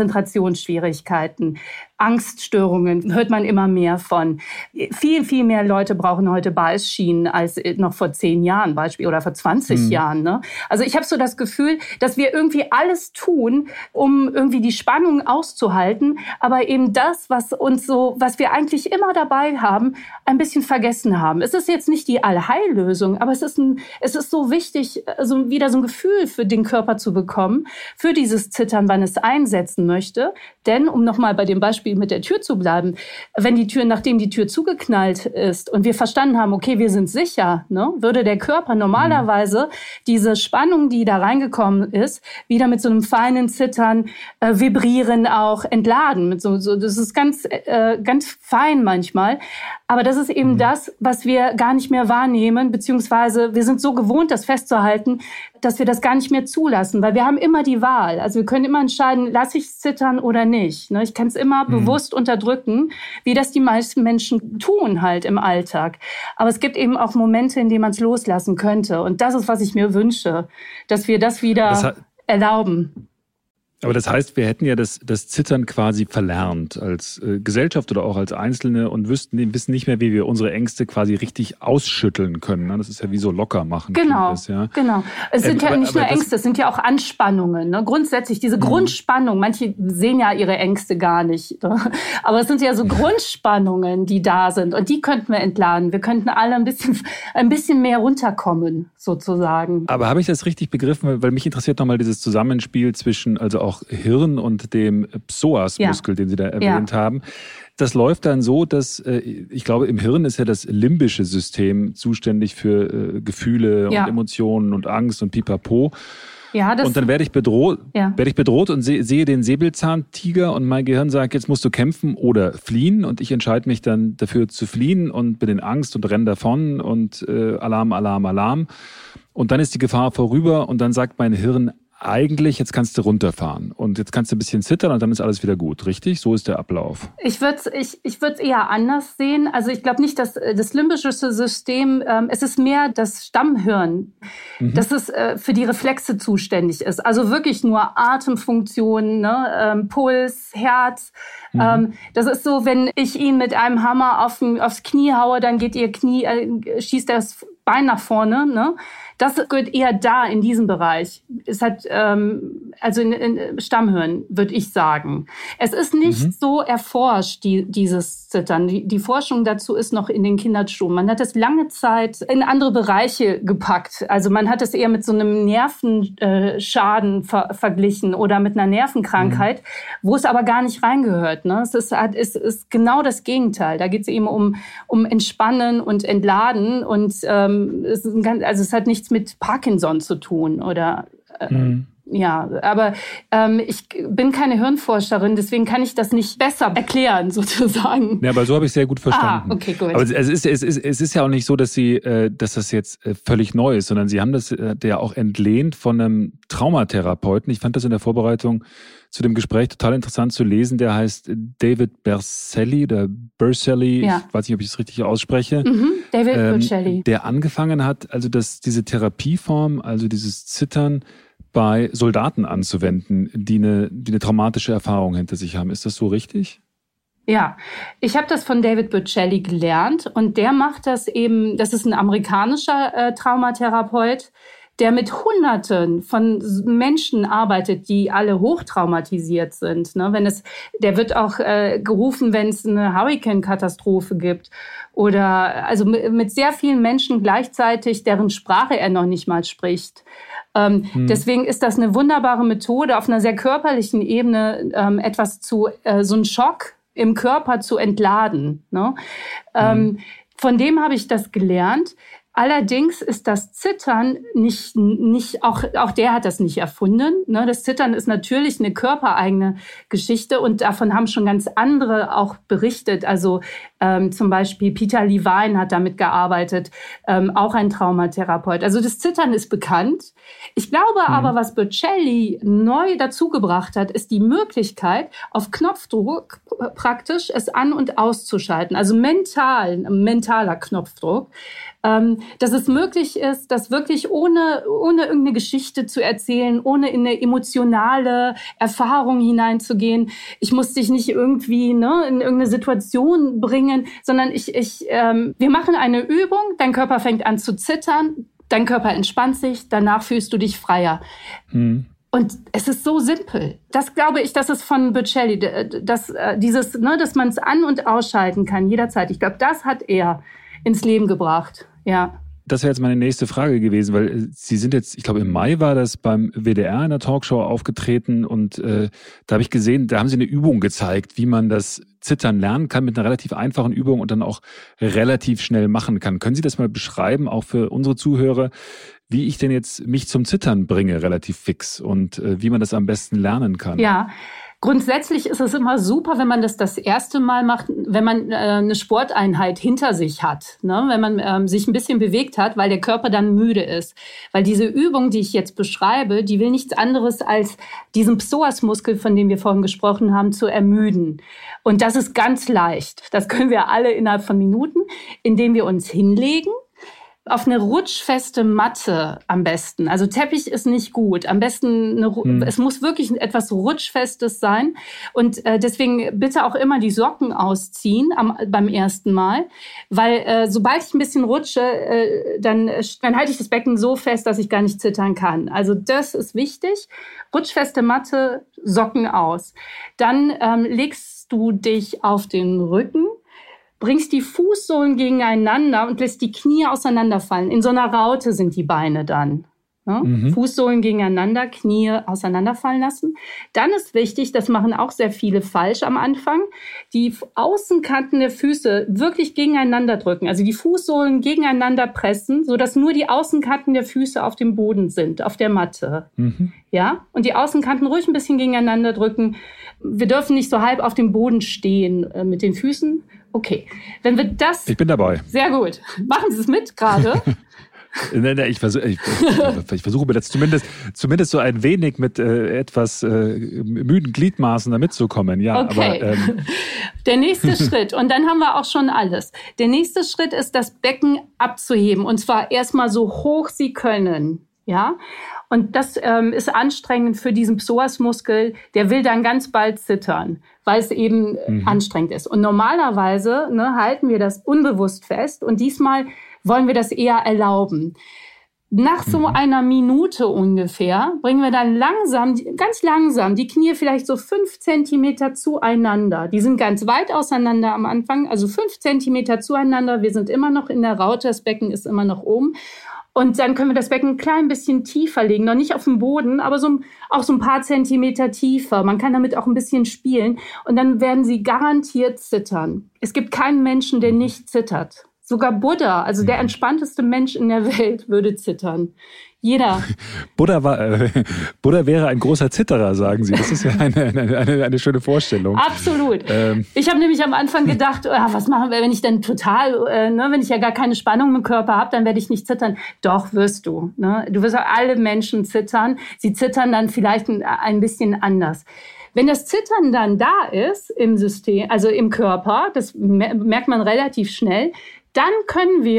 Konzentrationsschwierigkeiten, Angststörungen, hört man immer mehr von. Viel, viel mehr Leute brauchen heute Beißschienen als noch vor zehn Jahren Beispiel oder vor zwanzig hm. Jahren. Ne? Also ich habe so das Gefühl, dass wir irgendwie alles tun, um irgendwie die Spannung auszuhalten, aber eben das, was uns so, was wir eigentlich immer dabei haben, ein bisschen vergessen haben. Es ist jetzt nicht die Allheillösung, aber es ist ein, es ist so wichtig, also wieder so ein Gefühl für den Körper zu bekommen, für dieses Zittern, wann es einsetzen möchte. Denn, um nochmal bei dem Beispiel mit der Tür zu bleiben, wenn die Tür, nachdem die Tür zugeknallt ist und wir verstanden haben, okay, wir sind sicher, ne, würde der Körper normalerweise mhm. diese Spannung, die da reingekommen ist, wieder mit so einem feinen Zittern, äh, Vibrieren auch entladen. Mit so, so, das ist ganz, äh, ganz fein manchmal. Aber das ist eben mhm. das, was wir gar nicht mehr wahrnehmen, beziehungsweise wir sind so gewohnt, das festzuhalten, dass wir das gar nicht mehr zulassen, weil wir haben immer die Wahl. Also wir können immer entscheiden, lasse ich es zittern oder nicht. Ne? Ich kann es immer mhm. bewusst unterdrücken, wie das die meisten Menschen tun halt im Alltag. Aber es gibt eben auch Momente, in denen man es loslassen könnte. Und das ist, was ich mir wünsche, dass wir das wieder das erlauben. Aber das heißt, wir hätten ja das, das Zittern quasi verlernt als äh, Gesellschaft oder auch als Einzelne und wüssten, wissen nicht mehr, wie wir unsere Ängste quasi richtig ausschütteln können. Ne? Das ist ja wie so locker machen. Genau, das, ja. genau. Es sind ähm, ja aber, nicht nur Ängste, es sind ja auch Anspannungen. Ne? Grundsätzlich diese mhm. Grundspannung, manche sehen ja ihre Ängste gar nicht. Ne? Aber es sind ja so Grundspannungen, die da sind und die könnten wir entladen. Wir könnten alle ein bisschen, ein bisschen mehr runterkommen, sozusagen. Aber habe ich das richtig begriffen? Weil mich interessiert nochmal dieses Zusammenspiel zwischen, also auch auch Hirn und dem Psoasmuskel, ja. den Sie da erwähnt ja. haben. Das läuft dann so, dass, ich glaube, im Hirn ist ja das limbische System zuständig für Gefühle ja. und Emotionen und Angst und Pipapo. Ja, das, und dann werde ich bedroht, ja. werde ich bedroht und sehe, sehe den Säbelzahntiger und mein Gehirn sagt, jetzt musst du kämpfen oder fliehen und ich entscheide mich dann dafür zu fliehen und bin in Angst und renne davon und äh, Alarm, Alarm, Alarm. Und dann ist die Gefahr vorüber und dann sagt mein Hirn, eigentlich, jetzt kannst du runterfahren und jetzt kannst du ein bisschen zittern und dann ist alles wieder gut, richtig? So ist der Ablauf. Ich würde es ich, ich würd's eher anders sehen. Also ich glaube nicht, dass das limbische System, ähm, es ist mehr das Stammhirn, mhm. das es äh, für die Reflexe zuständig ist. Also wirklich nur Atemfunktionen, ne? ähm, Puls, Herz. Mhm. Ähm, das ist so, wenn ich ihn mit einem Hammer auf, aufs Knie haue, dann geht ihr Knie, äh, schießt das Bein nach vorne, ne? Das gehört eher da in diesem Bereich. Es hat ähm, also in, in Stammhirn, würde ich sagen. Es ist nicht mhm. so erforscht, die, dieses Zittern. Die, die Forschung dazu ist noch in den Kinderschuhen. Man hat es lange Zeit in andere Bereiche gepackt. Also man hat es eher mit so einem Nervenschaden ver- verglichen oder mit einer Nervenkrankheit, mhm. wo es aber gar nicht reingehört. Ne? Es ist, es ist genau das Gegenteil. Da geht es eben um, um Entspannen und Entladen und ähm, es ist ein ganz, also es hat nichts mit Parkinson zu tun oder äh, mhm. ja, aber ähm, ich bin keine Hirnforscherin, deswegen kann ich das nicht besser erklären sozusagen. Ja, aber so habe ich es sehr gut verstanden. Ah, okay, gut. Aber es ist, es ist, es ist ja auch nicht so, dass Sie, äh, dass das jetzt äh, völlig neu ist, sondern Sie haben das äh, ja auch entlehnt von einem Traumatherapeuten. Ich fand das in der Vorbereitung zu dem Gespräch total interessant zu lesen. Der heißt David Berceli oder Berceli, ja. ich weiß nicht, ob ich es richtig ausspreche. Mhm, David ähm, Berceli. Der angefangen hat, also dass diese Therapieform, also dieses Zittern, bei Soldaten anzuwenden, die eine, die eine traumatische Erfahrung hinter sich haben. Ist das so richtig? Ja, ich habe das von David Berceli gelernt und der macht das eben, das ist ein amerikanischer äh, Traumatherapeut, der mit Hunderten von Menschen arbeitet, die alle hochtraumatisiert sind. Ne? Wenn es, der wird auch äh, gerufen, wenn es eine Hurricane-Katastrophe gibt oder also mit, mit sehr vielen Menschen gleichzeitig, deren Sprache er noch nicht mal spricht. Ähm, hm. Deswegen ist das eine wunderbare Methode, auf einer sehr körperlichen Ebene ähm, etwas zu, äh, so einen Schock im Körper zu entladen. Ne? Hm. Ähm, von dem habe ich das gelernt. Allerdings ist das Zittern nicht, nicht auch, auch der hat das nicht erfunden. Ne? Das Zittern ist natürlich eine körpereigene Geschichte und davon haben schon ganz andere auch berichtet. Also ähm, zum Beispiel Peter Levine hat damit gearbeitet, ähm, auch ein Traumatherapeut. Also das Zittern ist bekannt. Ich glaube mhm. aber, was Berceli neu dazugebracht hat, ist die Möglichkeit, auf Knopfdruck praktisch es an- und auszuschalten. Also mental, mentaler Knopfdruck. Ähm, dass es möglich ist, das wirklich ohne, ohne irgendeine Geschichte zu erzählen, ohne in eine emotionale Erfahrung hineinzugehen. Ich muss dich nicht irgendwie ne, in irgendeine Situation bringen, sondern ich, ich, ähm, wir machen eine Übung, dein Körper fängt an zu zittern, dein Körper entspannt sich, danach fühlst du dich freier. Mhm. Und es ist so simpel. Das glaube ich, das ist von Berceli, dass, dieses, ne, dass man es an- und ausschalten kann jederzeit. Ich glaube, das hat er ins Leben gebracht. Ja. Das wäre jetzt meine nächste Frage gewesen, weil Sie sind jetzt, ich glaube im Mai war das beim W D R in der Talkshow aufgetreten und äh, da habe ich gesehen, da haben Sie eine Übung gezeigt, wie man das Zittern lernen kann mit einer relativ einfachen Übung und dann auch relativ schnell machen kann. Können Sie das mal beschreiben, auch für unsere Zuhörer, wie ich denn jetzt mich zum Zittern bringe, relativ fix und äh, wie man das am besten lernen kann? Ja. Grundsätzlich ist es immer super, wenn man das das erste Mal macht, wenn man äh, eine Sporteinheit hinter sich hat, ne? Wenn man ähm, sich ein bisschen bewegt hat, weil der Körper dann müde ist. Weil diese Übung, die ich jetzt beschreibe, die will nichts anderes als diesen Psoasmuskel, von dem wir vorhin gesprochen haben, zu ermüden. Und das ist ganz leicht. Das können wir alle innerhalb von Minuten, indem wir uns hinlegen. Auf eine rutschfeste Matte am besten. Also Teppich ist nicht gut. Am besten, eine, hm. es muss wirklich etwas Rutschfestes sein. Und äh, deswegen bitte auch immer die Socken ausziehen am, beim ersten Mal. Weil äh, sobald ich ein bisschen rutsche, äh, dann, dann halte ich das Becken so fest, dass ich gar nicht zittern kann. Also das ist wichtig. Rutschfeste Matte, Socken aus. Dann ähm, legst du dich auf den Rücken, bringst die Fußsohlen gegeneinander und lässt die Knie auseinanderfallen. In so einer Raute sind die Beine dann. Ne? Mhm. Fußsohlen gegeneinander, Knie auseinanderfallen lassen. Dann ist wichtig, das machen auch sehr viele falsch am Anfang, die Außenkanten der Füße wirklich gegeneinander drücken. Also die Fußsohlen gegeneinander pressen, sodass nur die Außenkanten der Füße auf dem Boden sind, auf der Matte. Mhm. Ja? Und die Außenkanten ruhig ein bisschen gegeneinander drücken. Wir dürfen nicht so halb auf dem Boden stehen äh, mit den Füßen. Okay, wenn wir das... Ich bin dabei. Sehr gut. Machen Sie es mit gerade. Nein, nein, ich, versuch, ich, ich versuche mir das zumindest, zumindest so ein wenig mit äh, etwas äh, müden Gliedmaßen da mitzukommen. Ja, okay. Aber, ähm. Der nächste Schritt, und dann haben wir auch schon alles. Der nächste Schritt ist, das Becken abzuheben. Und zwar erstmal so hoch Sie können. Ja, und das ähm, ist anstrengend für diesen Psoasmuskel. Der will dann ganz bald zittern, weil es eben mhm. anstrengend ist. Und normalerweise ne, halten wir das unbewusst fest. Und diesmal wollen wir das eher erlauben. Nach so einer Minute ungefähr bringen wir dann langsam, ganz langsam, die Knie vielleicht so fünf Zentimeter zueinander. Die sind ganz weit auseinander am Anfang, also fünf Zentimeter zueinander. Wir sind immer noch in der Raute, das Becken ist immer noch oben. Und dann können wir das Becken ein klein bisschen tiefer legen, noch nicht auf dem Boden, aber so, auch so ein paar Zentimeter tiefer. Man kann damit auch ein bisschen spielen und dann werden Sie garantiert zittern. Es gibt keinen Menschen, der nicht zittert. Sogar Buddha, also der entspannteste Mensch in der Welt, würde zittern. Jeder. Buddha, war, äh, Buddha wäre ein großer Zitterer, sagen Sie. Das ist ja eine, eine, eine, eine schöne Vorstellung. Absolut. Ähm. Ich habe nämlich am Anfang gedacht, oh, was machen wir, wenn ich dann total, äh, ne, wenn ich ja gar keine Spannung im Körper habe, dann werde ich nicht zittern. Doch, wirst du. Ne? Du wirst auch alle Menschen zittern. Sie zittern dann vielleicht ein, ein bisschen anders. Wenn das Zittern dann da ist im System, also im Körper, das merkt man relativ schnell, dann können wir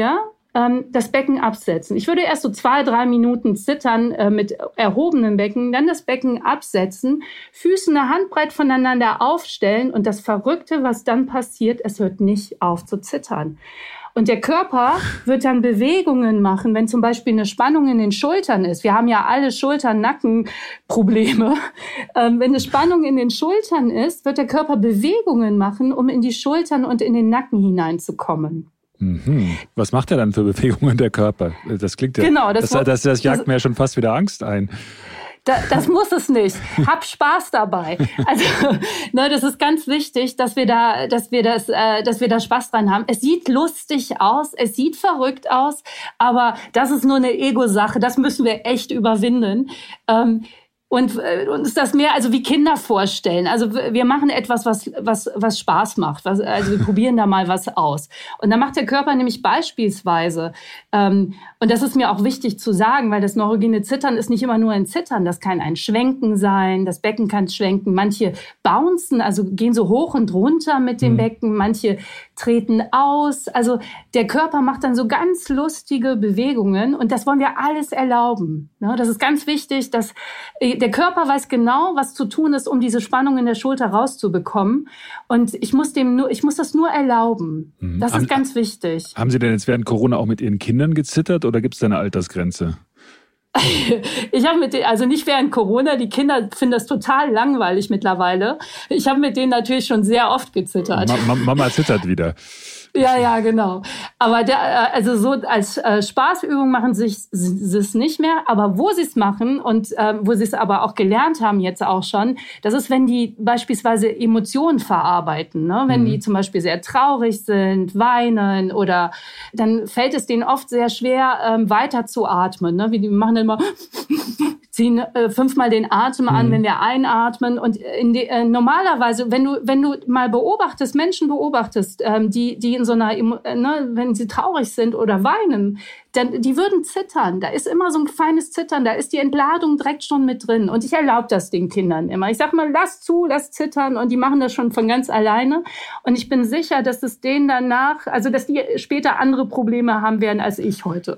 ähm, das Becken absetzen. Ich würde erst so zwei, drei Minuten zittern äh, mit erhobenem Becken, dann das Becken absetzen, Füße eine Handbreit voneinander aufstellen und das Verrückte, was dann passiert, es hört nicht auf zu zittern. Und der Körper wird dann Bewegungen machen, wenn zum Beispiel eine Spannung in den Schultern ist. Wir haben ja alle Schultern-Nacken-Probleme. Ähm, wenn eine Spannung in den Schultern ist, wird der Körper Bewegungen machen, um in die Schultern und in den Nacken hineinzukommen. Mhm. Was macht er dann für Bewegungen, der Körper? Das klingt ja, genau, das, das, das, das jagt das, mir ja schon fast wieder Angst ein. Da, das muss es nicht. Hab Spaß dabei. Also, ne, das ist ganz wichtig, dass wir da, dass wir das, äh, dass wir da Spaß dran haben. Es sieht lustig aus, es sieht verrückt aus, aber das ist nur eine Ego-Sache. Das müssen wir echt überwinden. Ähm, Und äh, uns das mehr also wie Kinder vorstellen. Also wir machen etwas, was was was Spaß macht. Was, also wir probieren da mal was aus. Und dann macht der Körper nämlich beispielsweise, ähm, und das ist mir auch wichtig zu sagen, weil das neurogene Zittern ist nicht immer nur ein Zittern. Das kann ein Schwenken sein, das Becken kann schwenken. Manche bouncen, also gehen so hoch und runter mit dem mhm. Becken. Manche treten aus. Also der Körper macht dann so ganz lustige Bewegungen. Und das wollen wir alles erlauben. Ne? Das ist ganz wichtig, dass der Körper weiß genau, was zu tun ist, um diese Spannung in der Schulter rauszubekommen. Und ich muss dem nur, ich muss das nur erlauben. Mhm. Das haben, ist ganz wichtig. Haben Sie denn jetzt während Corona auch mit Ihren Kindern gezittert oder gibt es da eine Altersgrenze? Ich habe mit denen, also nicht während Corona, die Kinder finden das total langweilig mittlerweile. Ich habe mit denen natürlich schon sehr oft gezittert. Ma- Mama zittert wieder. Ja, ja, genau. Aber der, also so als äh, Spaßübung machen sie es nicht mehr. Aber wo sie es machen und äh, wo sie es aber auch gelernt haben jetzt auch schon, das ist, wenn die beispielsweise Emotionen verarbeiten. Ne? Wenn mhm. die zum Beispiel sehr traurig sind, weinen oder dann fällt es denen oft sehr schwer, ähm, weiter zu atmen. Ne? Wie die machen dann immer ziehen äh, fünfmal den Atem an, mhm. wenn wir einatmen. Und in die, äh, normalerweise, wenn du wenn du mal beobachtest, Menschen beobachtest, ähm, die die in so einer, ne, wenn sie traurig sind oder weinen, dann die würden zittern. Da ist immer so ein feines Zittern, da ist die Entladung direkt schon mit drin. Und ich erlaube das den Kindern immer. Ich sag mal, lass zu, lass zittern. Und die machen das schon von ganz alleine. Und ich bin sicher, dass es denen danach, also dass die später andere Probleme haben werden als ich heute.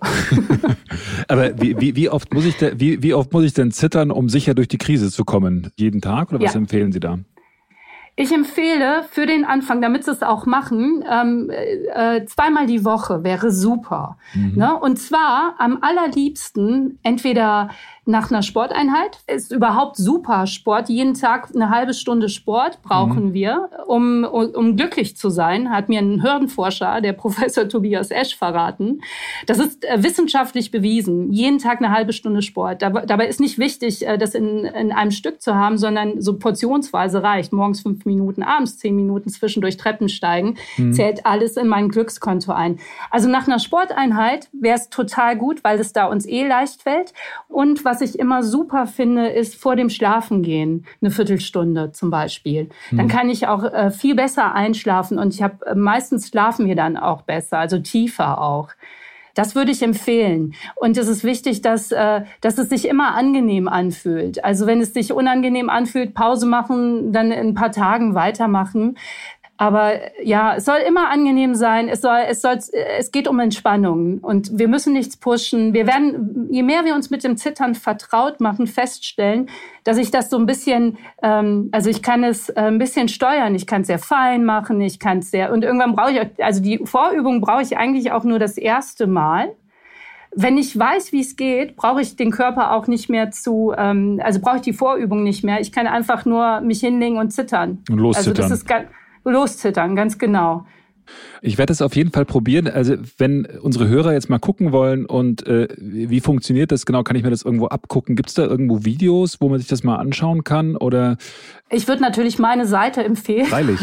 Aber wie, wie, wie oft muss ich da, wie, wie oft muss ich denn zittern, um sicher durch die Krise zu kommen? Jeden Tag oder was ja. empfehlen Sie da? Ich empfehle für den Anfang, damit sie es auch machen, ähm, äh, zweimal die Woche wäre super. Mhm. Ne? Und zwar am allerliebsten entweder nach einer Sporteinheit. Ist überhaupt super Sport. Jeden Tag eine halbe Stunde Sport brauchen mhm. wir, um, um, um glücklich zu sein, hat mir ein Hürdenforscher, der Professor Tobias Esch, verraten. Das ist äh, wissenschaftlich bewiesen. Jeden Tag eine halbe Stunde Sport. Dabei, dabei ist nicht wichtig, äh, das in, in einem Stück zu haben, sondern so portionsweise reicht. Morgens fünf Minuten, abends zehn Minuten zwischendurch Treppen steigen. Mhm. Zählt alles in mein Glückskonto ein. Also nach einer Sporteinheit wäre es total gut, weil es da uns eh leicht fällt. Und was Was ich immer super finde, ist vor dem Schlafengehen, eine Viertelstunde zum Beispiel. Mhm. Dann kann ich auch äh, viel besser einschlafen und ich habe äh, meistens schlafen wir dann auch besser, also tiefer auch. Das würde ich empfehlen. Und es ist wichtig, dass, äh, dass es sich immer angenehm anfühlt. Also wenn es sich unangenehm anfühlt, Pause machen, dann in ein paar Tagen weitermachen. Aber ja, es soll immer angenehm sein. Es soll, es soll, es geht um Entspannung und wir müssen nichts pushen. Wir werden, je mehr wir uns mit dem Zittern vertraut machen, feststellen, dass ich das so ein bisschen, ähm, also ich kann es äh, ein bisschen steuern. Ich kann es sehr fein machen. Ich kann es sehr und irgendwann brauche ich, also die Vorübung brauche ich eigentlich auch nur das erste Mal. Wenn ich weiß, wie es geht, brauche ich den Körper auch nicht mehr zu, ähm, also brauche ich die Vorübung nicht mehr. Ich kann einfach nur mich hinlegen und zittern. Und loszittern. Also das ist ganz Loszittern, ganz genau. Ich werde es auf jeden Fall probieren. Also wenn unsere Hörer jetzt mal gucken wollen und äh, wie funktioniert das genau, kann ich mir das irgendwo abgucken? Gibt es da irgendwo Videos, wo man sich das mal anschauen kann? Oder ich würde natürlich meine Seite empfehlen. Freilich.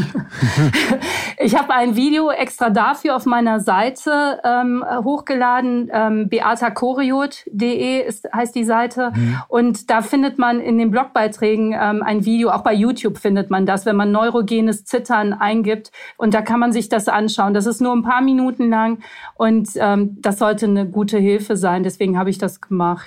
Ich habe ein Video extra dafür auf meiner Seite ähm, hochgeladen. Ähm, beata koriot punkt de ist, heißt die Seite. Mhm. Und da findet man in den Blogbeiträgen ähm, ein Video. Auch bei YouTube findet man das, wenn man neurogenes Zittern eingibt. Und da kann man sich das anschauen. Das ist nur ein paar Minuten lang und ähm, das sollte eine gute Hilfe sein. Deswegen habe ich das gemacht.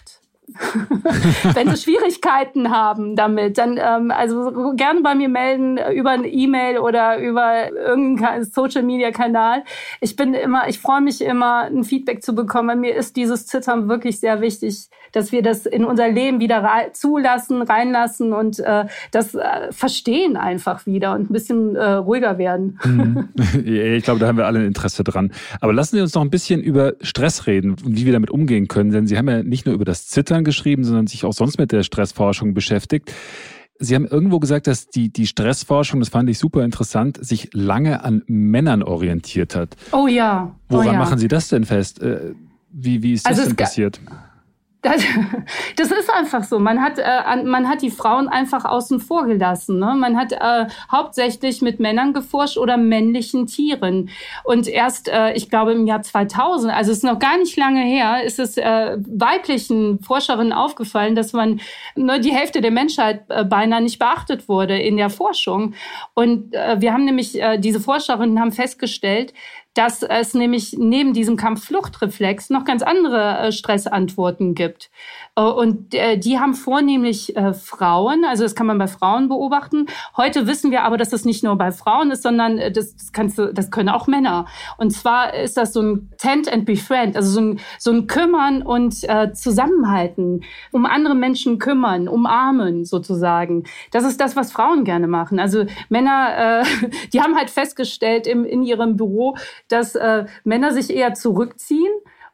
wenn sie Schwierigkeiten haben damit, dann ähm, also gerne bei mir melden über eine E-Mail oder über irgendeinen Social-Media-Kanal. Ich bin immer, ich freue mich immer, ein Feedback zu bekommen. Bei mir ist dieses Zittern wirklich sehr wichtig, dass wir das in unser Leben wieder rei- zulassen, reinlassen und äh, das äh, verstehen einfach wieder und ein bisschen äh, ruhiger werden. Mhm. Ich glaube, da haben wir alle ein Interesse dran. Aber lassen Sie uns noch ein bisschen über Stress reden und wie wir damit umgehen können, denn Sie haben ja nicht nur über das Zittern geschrieben, sondern sich auch sonst mit der Stressforschung beschäftigt. Sie haben irgendwo gesagt, dass die, die Stressforschung, das fand ich super interessant, sich lange an Männern orientiert hat. Oh ja. Woran oh ja. machen Sie das denn fest? Wie, wie ist das also denn passiert? Das, das ist einfach so. Man hat, äh, man hat die Frauen einfach außen vor gelassen. Ne? Man hat äh, hauptsächlich mit Männern geforscht oder männlichen Tieren. Und erst, äh, ich glaube, im Jahr zweitausend, also es ist noch gar nicht lange her, ist es äh, weiblichen Forscherinnen aufgefallen, dass man ne, die Hälfte der Menschheit äh, beinahe nicht beachtet wurde in der Forschung. Und äh, wir haben nämlich, äh, diese Forscherinnen haben festgestellt, dass es nämlich neben diesem Kampf-Flucht-Reflex noch ganz andere äh, Stressantworten gibt. Äh, und äh, die haben vornehmlich äh, Frauen, also das kann man bei Frauen beobachten. Heute wissen wir aber, dass das nicht nur bei Frauen ist, sondern äh, das, das, kannst du, das können auch Männer. Und zwar ist das so ein Tend and Befriend, also so ein, so ein Kümmern und äh, Zusammenhalten, um andere Menschen kümmern, umarmen sozusagen. Das ist das, was Frauen gerne machen. Also Männer, äh, die haben halt festgestellt im, in ihrem Büro, dass äh, Männer sich eher zurückziehen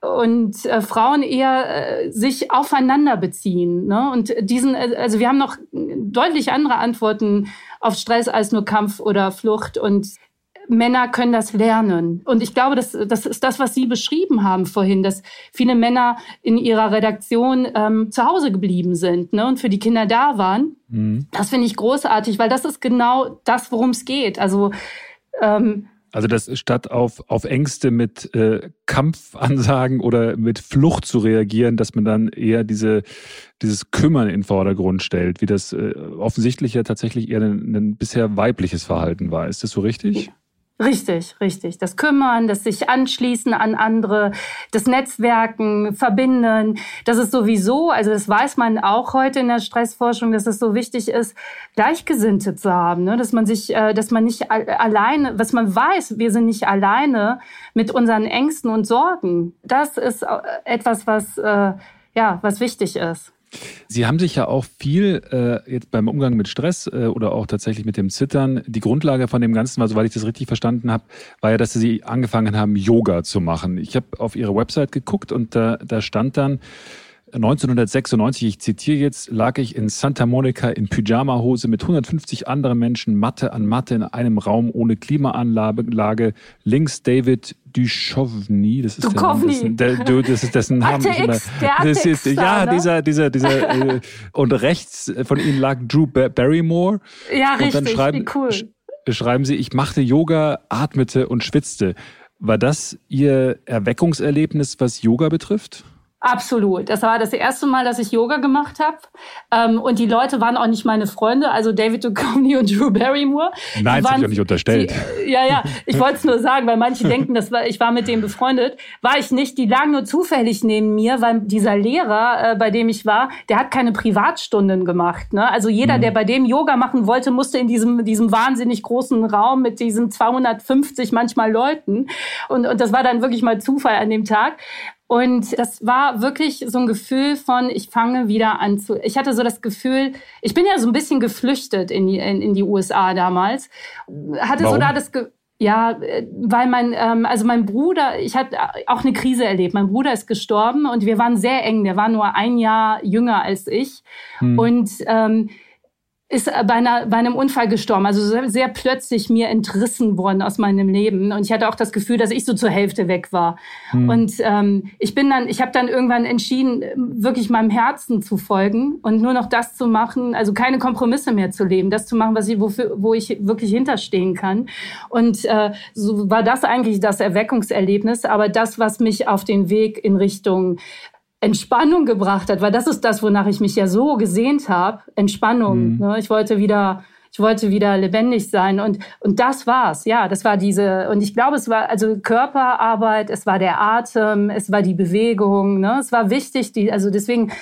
und äh, Frauen eher äh, sich aufeinander beziehen. Ne? Und diesen, also wir haben noch deutlich andere Antworten auf Stress als nur Kampf oder Flucht. Und Männer können das lernen. Und ich glaube, das, das ist das, was Sie beschrieben haben vorhin, dass viele Männer in ihrer Redaktion ähm, zu Hause geblieben sind, ne, und für die Kinder da waren. Mhm. Das finde ich großartig, weil das ist genau das, worum es geht. Also ähm, Also dass statt auf, auf Ängste mit äh, Kampfansagen oder mit Flucht zu reagieren, dass man dann eher diese, dieses Kümmern in den Vordergrund stellt, wie das äh, offensichtlich ja tatsächlich eher ein, ein bisher weibliches Verhalten war. Ist das so richtig? Richtig, richtig. Das Kümmern, das sich anschließen an andere, das Netzwerken, Verbinden, das ist sowieso, also das weiß man auch heute in der Stressforschung, dass es so wichtig ist, Gleichgesinnte zu haben, ne? Dass man sich, dass man nicht alleine, was man weiß, wir sind nicht alleine mit unseren Ängsten und Sorgen. Das ist etwas, was, ja, was wichtig ist. Sie haben sich ja auch viel äh, jetzt beim Umgang mit Stress äh, oder auch tatsächlich mit dem Zittern, die Grundlage von dem Ganzen war, soweit ich das richtig verstanden habe, war ja, dass Sie angefangen haben, Yoga zu machen. Ich habe auf Ihre Website geguckt und da, da stand dann, neunzehnhundertsechsundneunzig, ich zitiere jetzt, lag ich in Santa Monica in Pyjamahose mit hundertfünfzig anderen Menschen, Matte an Matte in einem Raum ohne Klimaanlage. Links David Duchovny, das ist Duchovny. Der, der, das ist dessen Namen. Akte X, der Akte das ist, X da, ja, ne? dieser, dieser, dieser, äh, und rechts von Ihnen lag Drew Barrymore. Ja, und richtig, dann schreiben, wie cool. sch- schreiben Sie, ich machte Yoga, atmete und schwitzte. War das Ihr Erweckungserlebnis, was Yoga betrifft? Absolut. Das war das erste Mal, dass ich Yoga gemacht habe. Ähm, und die Leute waren auch nicht meine Freunde, also David Duchovny und Drew Barrymore. Nein, das habe ich auch nicht unterstellt. Die, ja, ja, ich wollte es nur sagen, weil manche denken, das war, ich war mit denen befreundet. War ich nicht. Die lagen nur zufällig neben mir, weil dieser Lehrer, äh, bei dem ich war, der hat keine Privatstunden gemacht. Ne? Also jeder, mhm. der bei dem Yoga machen wollte, musste in diesem, diesem wahnsinnig großen Raum mit diesen zweihundertfünfzig manchmal Leuten. Und, und das war dann wirklich mal Zufall an dem Tag. Und das war wirklich so ein Gefühl von, ich fange wieder an zu, ich hatte so das Gefühl, ich bin ja so ein bisschen geflüchtet in die, in, in die U S A damals. Hatte Warum? so da das Ge- ja, weil mein, ähm, also mein Bruder, ich hatte auch eine Krise erlebt. Mein Bruder ist gestorben und wir waren sehr eng. Der war nur ein Jahr jünger als ich. Hm. Und, ähm, ist bei, einer, bei einem Unfall gestorben, also sehr, sehr plötzlich mir entrissen worden aus meinem Leben. Und ich hatte auch das Gefühl, dass ich so zur Hälfte weg war. Hm. Und ähm, ich bin dann, ich habe dann irgendwann entschieden, wirklich meinem Herzen zu folgen und nur noch das zu machen, also keine Kompromisse mehr zu leben, das zu machen, was ich, wofür, wo ich wirklich hinterstehen kann. Und äh, so war das eigentlich das Erweckungserlebnis, aber das, was mich auf den Weg in Richtung Entspannung gebracht hat, weil das ist das, wonach ich mich ja so gesehnt habe. Entspannung. Mhm. Ne? Ich wollte wieder, ich wollte wieder lebendig sein und und das war's. Ja, das war diese. Und ich glaube, es war also Körperarbeit, es war der Atem, es war die Bewegung. Ne? Es war wichtig. Die, also deswegen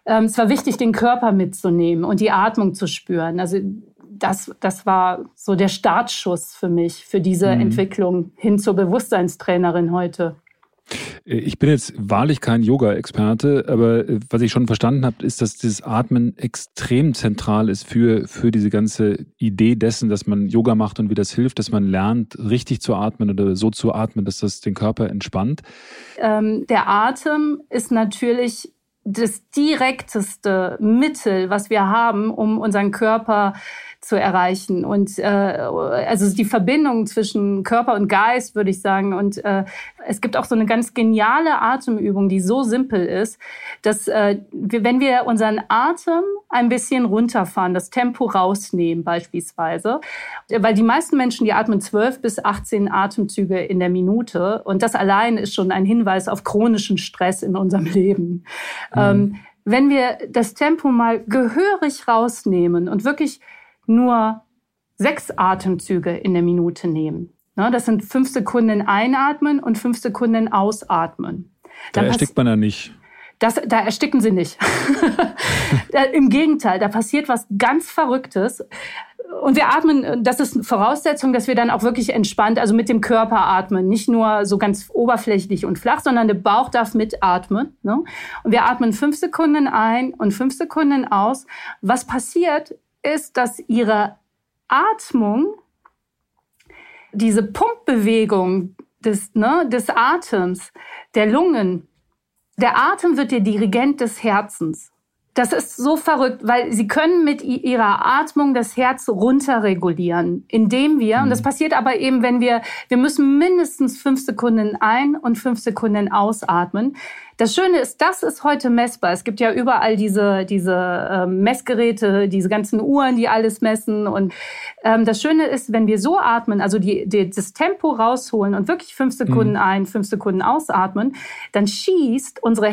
ähm, es war wichtig, den Körper mitzunehmen und die Atmung zu spüren. Also das, das war so der Startschuss für mich, für diese mhm. Entwicklung hin zur Bewusstseinstrainerin heute. Ich bin jetzt wahrlich kein Yoga-Experte, aber was ich schon verstanden habe, ist, dass dieses Atmen extrem zentral ist für, für diese ganze Idee dessen, dass man Yoga macht und wie das hilft, dass man lernt, richtig zu atmen oder so zu atmen, dass das den Körper entspannt. Ähm, der Atem ist natürlich das direkteste Mittel, was wir haben, um unseren Körper zu erreichen. Und äh, also die Verbindung zwischen Körper und Geist, würde ich sagen. Und äh, es gibt auch so eine ganz geniale Atemübung, die so simpel ist, dass äh, wir, wenn wir unseren Atem ein bisschen runterfahren, das Tempo rausnehmen beispielsweise, weil die meisten Menschen, die atmen zwölf bis achtzehn Atemzüge in der Minute. Und das allein ist schon ein Hinweis auf chronischen Stress in unserem Leben. Mhm. Ähm, wenn wir das Tempo mal gehörig rausnehmen und wirklich nur sechs Atemzüge in der Minute nehmen. Das sind fünf Sekunden einatmen und fünf Sekunden ausatmen. Da Dann erstickt man ja nicht. Das, da ersticken sie nicht. Im Gegenteil, da passiert was ganz Verrücktes. Und wir atmen, das ist eine Voraussetzung, dass wir dann auch wirklich entspannt, also mit dem Körper atmen. Nicht nur so ganz oberflächlich und flach, sondern der Bauch darf mitatmen. Ne? Und wir atmen fünf Sekunden ein und fünf Sekunden aus. Was passiert, ist, dass ihre Atmung, diese Pumpbewegung des, ne, des Atems, der Lungen, der Atem wird der Dirigent des Herzens. Das ist so verrückt, weil sie können mit ihrer Atmung das Herz runterregulieren, indem wir, und das passiert aber eben, wenn wir, wir müssen mindestens fünf Sekunden ein- und fünf Sekunden ausatmen. Das Schöne ist, das ist heute messbar. Es gibt ja überall diese, diese ähm, Messgeräte, diese ganzen Uhren, die alles messen. Und ähm, das Schöne ist, wenn wir so atmen, also die, die, das Tempo rausholen und wirklich fünf Sekunden mhm. ein, fünf Sekunden ausatmen, dann schießt unsere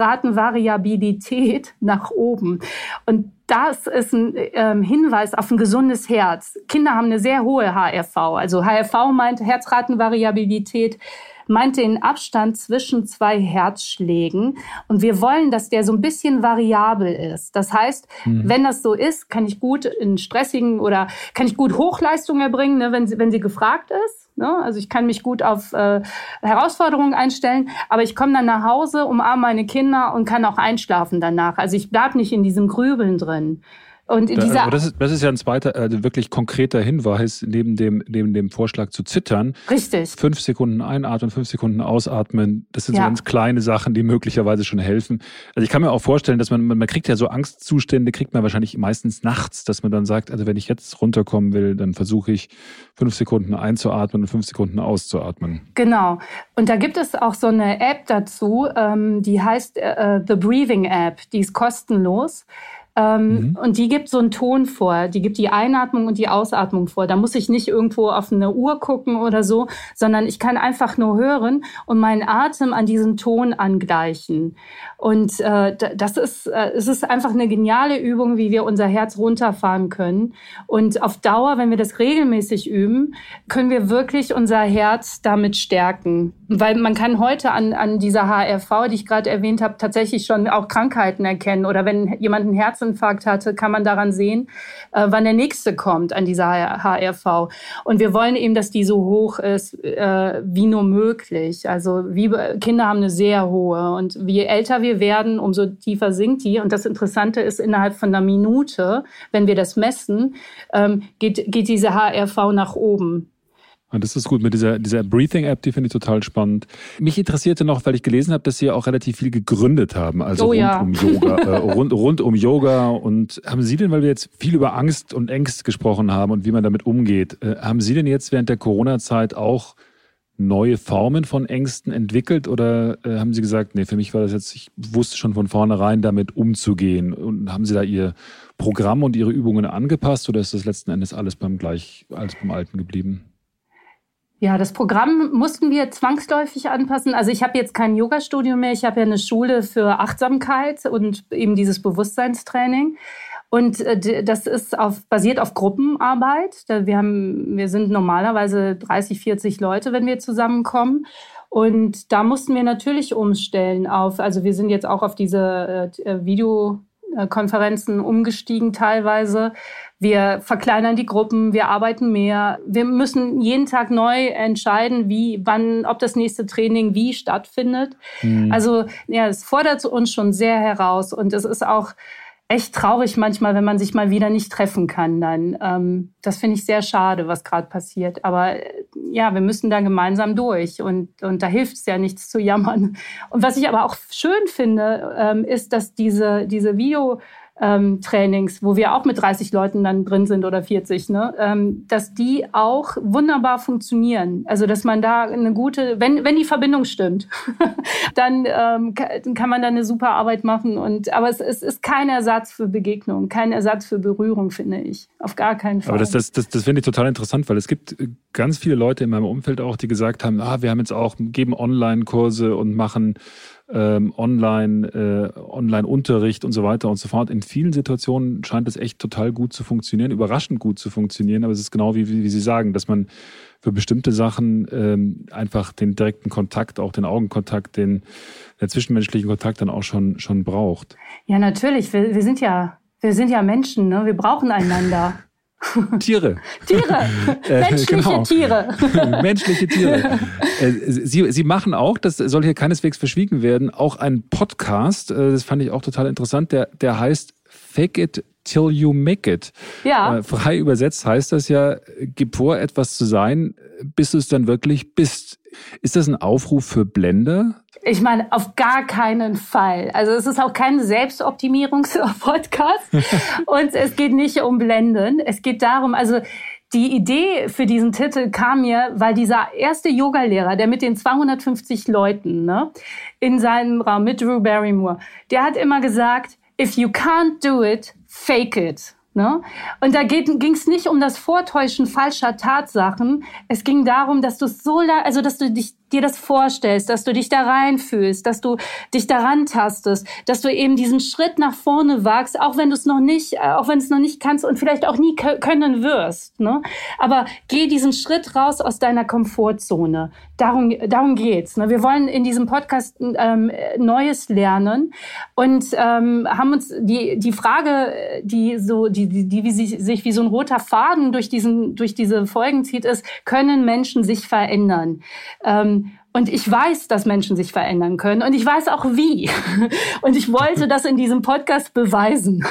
Herzratenvariabilität nach oben. Und das ist ein ähm, Hinweis auf ein gesundes Herz. Kinder haben eine sehr hohe H R V. Also H R V meint Herzratenvariabilität, meint den Abstand zwischen zwei Herzschlägen. Und wir wollen, dass der so ein bisschen variabel ist. Das heißt, mhm. wenn das so ist, kann ich gut in stressigen oder kann ich gut Hochleistung erbringen, ne, wenn sie, wenn sie gefragt ist. Ne? Also ich kann mich gut auf äh, Herausforderungen einstellen, aber ich komme dann nach Hause, umarme meine Kinder und kann auch einschlafen danach. Also ich bleibe nicht in diesem Grübeln drin. Und in dieser Aber das ist, das ist ja ein zweiter, also wirklich konkreter Hinweis, neben dem, neben dem Vorschlag zu zittern. Richtig. Fünf Sekunden einatmen, fünf Sekunden ausatmen. Das sind ja so ganz kleine Sachen, die möglicherweise schon helfen. Also ich kann mir auch vorstellen, dass man, man kriegt ja so Angstzustände, kriegt man wahrscheinlich meistens nachts, dass man dann sagt, also wenn ich jetzt runterkommen will, dann versuche ich fünf Sekunden einzuatmen und fünf Sekunden auszuatmen. Genau. Und da gibt es auch so eine App dazu, ähm, die heißt äh, The Breathing App. Die ist kostenlos. Ähm, mhm. Und die gibt so einen Ton vor, die gibt die Einatmung und die Ausatmung vor. Da muss ich nicht irgendwo auf eine Uhr gucken oder so, sondern ich kann einfach nur hören und meinen Atem an diesen Ton angleichen. Und äh, das ist, äh, es ist einfach eine geniale Übung, wie wir unser Herz runterfahren können. Und auf Dauer, wenn wir das regelmäßig üben, können wir wirklich unser Herz damit stärken. Weil man kann heute an, an dieser H R V, die ich gerade erwähnt habe, tatsächlich schon auch Krankheiten erkennen. Oder wenn jemand einen Herzinfarkt hatte, kann man daran sehen, äh, wann der nächste kommt an dieser H R V. Und wir wollen eben, dass die so hoch ist, äh, wie nur möglich. Also wie, Kinder haben eine sehr hohe. Und je älter wir werden, umso tiefer sinkt die. Und das Interessante ist, innerhalb von einer Minute, wenn wir das messen, ähm, geht, geht diese H R V nach oben. Das ist gut mit dieser, dieser Breathing-App, die finde ich total spannend. Mich interessierte noch, weil ich gelesen habe, dass Sie auch relativ viel gegründet haben, also oh, rund ja. um Yoga, äh, rund, rund um Yoga. Und haben Sie denn, weil wir jetzt viel über Angst und Ängste gesprochen haben und wie man damit umgeht, äh, haben Sie denn jetzt während der Corona-Zeit auch neue Formen von Ängsten entwickelt oder äh, haben Sie gesagt, nee, für mich war das jetzt, ich wusste schon von vornherein damit umzugehen, und haben Sie da Ihr Programm und Ihre Übungen angepasst oder ist das letzten Endes alles beim gleich, alles beim Alten geblieben? Ja, das Programm mussten wir zwangsläufig anpassen. Also ich habe jetzt kein Yoga-Studio mehr. Ich habe ja eine Schule für Achtsamkeit und eben dieses Bewusstseinstraining. Und das ist auf, basiert auf Gruppenarbeit. Wir haben, wir sind normalerweise dreißig, vierzig Leute, wenn wir zusammenkommen. Und da mussten wir natürlich umstellen auf, also wir sind jetzt auch auf diese äh, Videokonferenzen umgestiegen teilweise. Wir verkleinern die Gruppen, wir arbeiten mehr. Wir müssen jeden Tag neu entscheiden, wie, wann, ob das nächste Training wie stattfindet. Mhm. Also ja, es fordert uns schon sehr heraus und es ist auch echt traurig manchmal, wenn man sich mal wieder nicht treffen kann. Dann ähm, das finde ich sehr schade, was gerade passiert. Aber ja, wir müssen da gemeinsam durch und und da hilft es ja nichts zu jammern. Und was ich aber auch schön finde, ähm, ist, dass diese diese Video Ähm, Trainings, wo wir auch mit dreißig Leuten dann drin sind oder vierzig, ne, ähm, dass die auch wunderbar funktionieren. Also dass man da eine gute, wenn wenn die Verbindung stimmt, dann ähm, kann man da eine super Arbeit machen. Und aber es, es ist kein Ersatz für Begegnung, kein Ersatz für Berührung, finde ich. Auf gar keinen Fall. Aber das, das, das, das finde ich total interessant, weil es gibt ganz viele Leute in meinem Umfeld auch, die gesagt haben, ah, wir haben jetzt auch, geben Online-Kurse und machen Ähm, online, äh, Online-Unterricht und so weiter und so fort. In vielen Situationen scheint es echt total gut zu funktionieren, überraschend gut zu funktionieren, aber es ist genau wie, wie, wie Sie sagen, dass man für bestimmte Sachen ähm, einfach den direkten Kontakt, auch den Augenkontakt, den der zwischenmenschlichen Kontakt dann auch schon, schon braucht. Ja, natürlich. Wir, wir sind ja, wir sind ja Menschen, ne? Wir brauchen einander. Tiere. Tiere. Menschliche äh, genau. Tiere. Menschliche Tiere. Sie, Sie machen auch, das soll hier keineswegs verschwiegen werden, auch einen Podcast, das fand ich auch total interessant, der, der heißt Fake It Till You Make It. Ja. Frei übersetzt heißt das ja, gib vor, etwas zu sein, bis du es dann wirklich bist. Ist das ein Aufruf für Blender? Ich meine, auf gar keinen Fall. Also es ist auch kein Selbstoptimierungs-Podcast und es geht nicht um Blenden. Es geht darum, also die Idee für diesen Titel kam mir, weil dieser erste Yogalehrer, der mit den zweihundertfünfzig Leuten, ne, in seinem Raum mit Drew Barrymore, der hat immer gesagt, if you can't do it, fake it. Ne? Und da ging es nicht um das Vortäuschen falscher Tatsachen. Es ging darum, dass du so, also dass du dich dir das vorstellst, dass du dich da reinfühlst, dass du dich daran tastest, dass du eben diesen Schritt nach vorne wagst, auch wenn du es noch nicht, auch wenn es noch nicht kannst und vielleicht auch nie können wirst. Ne? Aber geh diesen Schritt raus aus deiner Komfortzone. Darum, darum geht's. Ne? Wir wollen in diesem Podcast ähm, Neues lernen und ähm, haben uns die die Frage, die so die die, die wie sich, sich wie so ein roter Faden durch diesen durch diese Folgen zieht, ist: Können Menschen sich verändern? Ähm, Und ich weiß, dass Menschen sich verändern können. Und ich weiß auch wie. Und ich wollte das in diesem Podcast beweisen.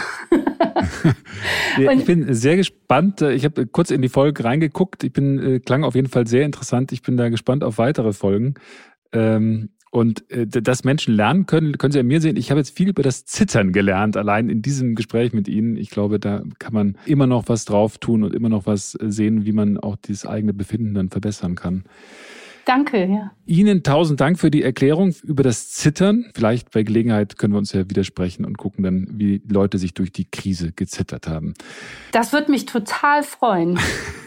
Ja, ich bin sehr gespannt. Ich habe kurz in die Folge reingeguckt. Ich bin, klang auf jeden Fall sehr interessant. Ich bin da gespannt auf weitere Folgen. Und dass Menschen lernen können, können Sie an mir sehen. Ich habe jetzt viel über das Zittern gelernt, allein in diesem Gespräch mit Ihnen. Ich glaube, da kann man immer noch was drauf tun und immer noch was sehen, wie man auch dieses eigene Befinden dann verbessern kann. Danke, ja. Ihnen tausend Dank für die Erklärung über das Zittern. Vielleicht bei Gelegenheit können wir uns ja widersprechen und gucken dann, wie Leute sich durch die Krise gezittert haben. Das würde mich total freuen.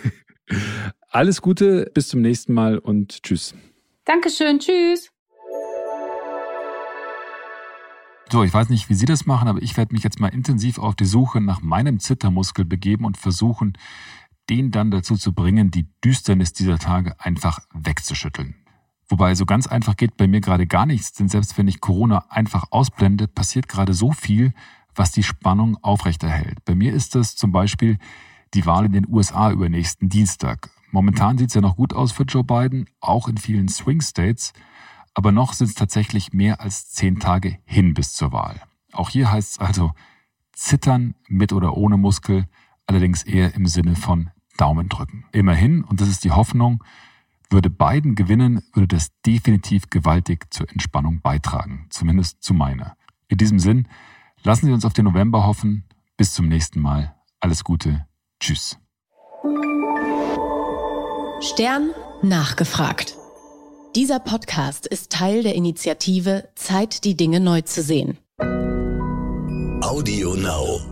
Alles Gute, bis zum nächsten Mal und tschüss. Dankeschön, tschüss. So, ich weiß nicht, wie Sie das machen, aber ich werde mich jetzt mal intensiv auf die Suche nach meinem Zittermuskel begeben und versuchen, den dann dazu zu bringen, die Düsternis dieser Tage einfach wegzuschütteln. Wobei so ganz einfach geht bei mir gerade gar nichts, denn selbst wenn ich Corona einfach ausblende, passiert gerade so viel, was die Spannung aufrechterhält. Bei mir ist das zum Beispiel die Wahl in den U S A übernächsten Dienstag. Momentan sieht es ja noch gut aus für Joe Biden, auch in vielen Swing States, aber noch sind es tatsächlich mehr als zehn Tage hin bis zur Wahl. Auch hier heißt es also zittern mit oder ohne Muskel, allerdings eher im Sinne von Daumen drücken. Immerhin, und das ist die Hoffnung, würde Biden gewinnen, würde das definitiv gewaltig zur Entspannung beitragen, zumindest zu meiner. In diesem Sinn, lassen Sie uns auf den November hoffen. Bis zum nächsten Mal. Alles Gute. Tschüss. Stern nachgefragt. Dieser Podcast ist Teil der Initiative Zeit, die Dinge neu zu sehen. Audio Now.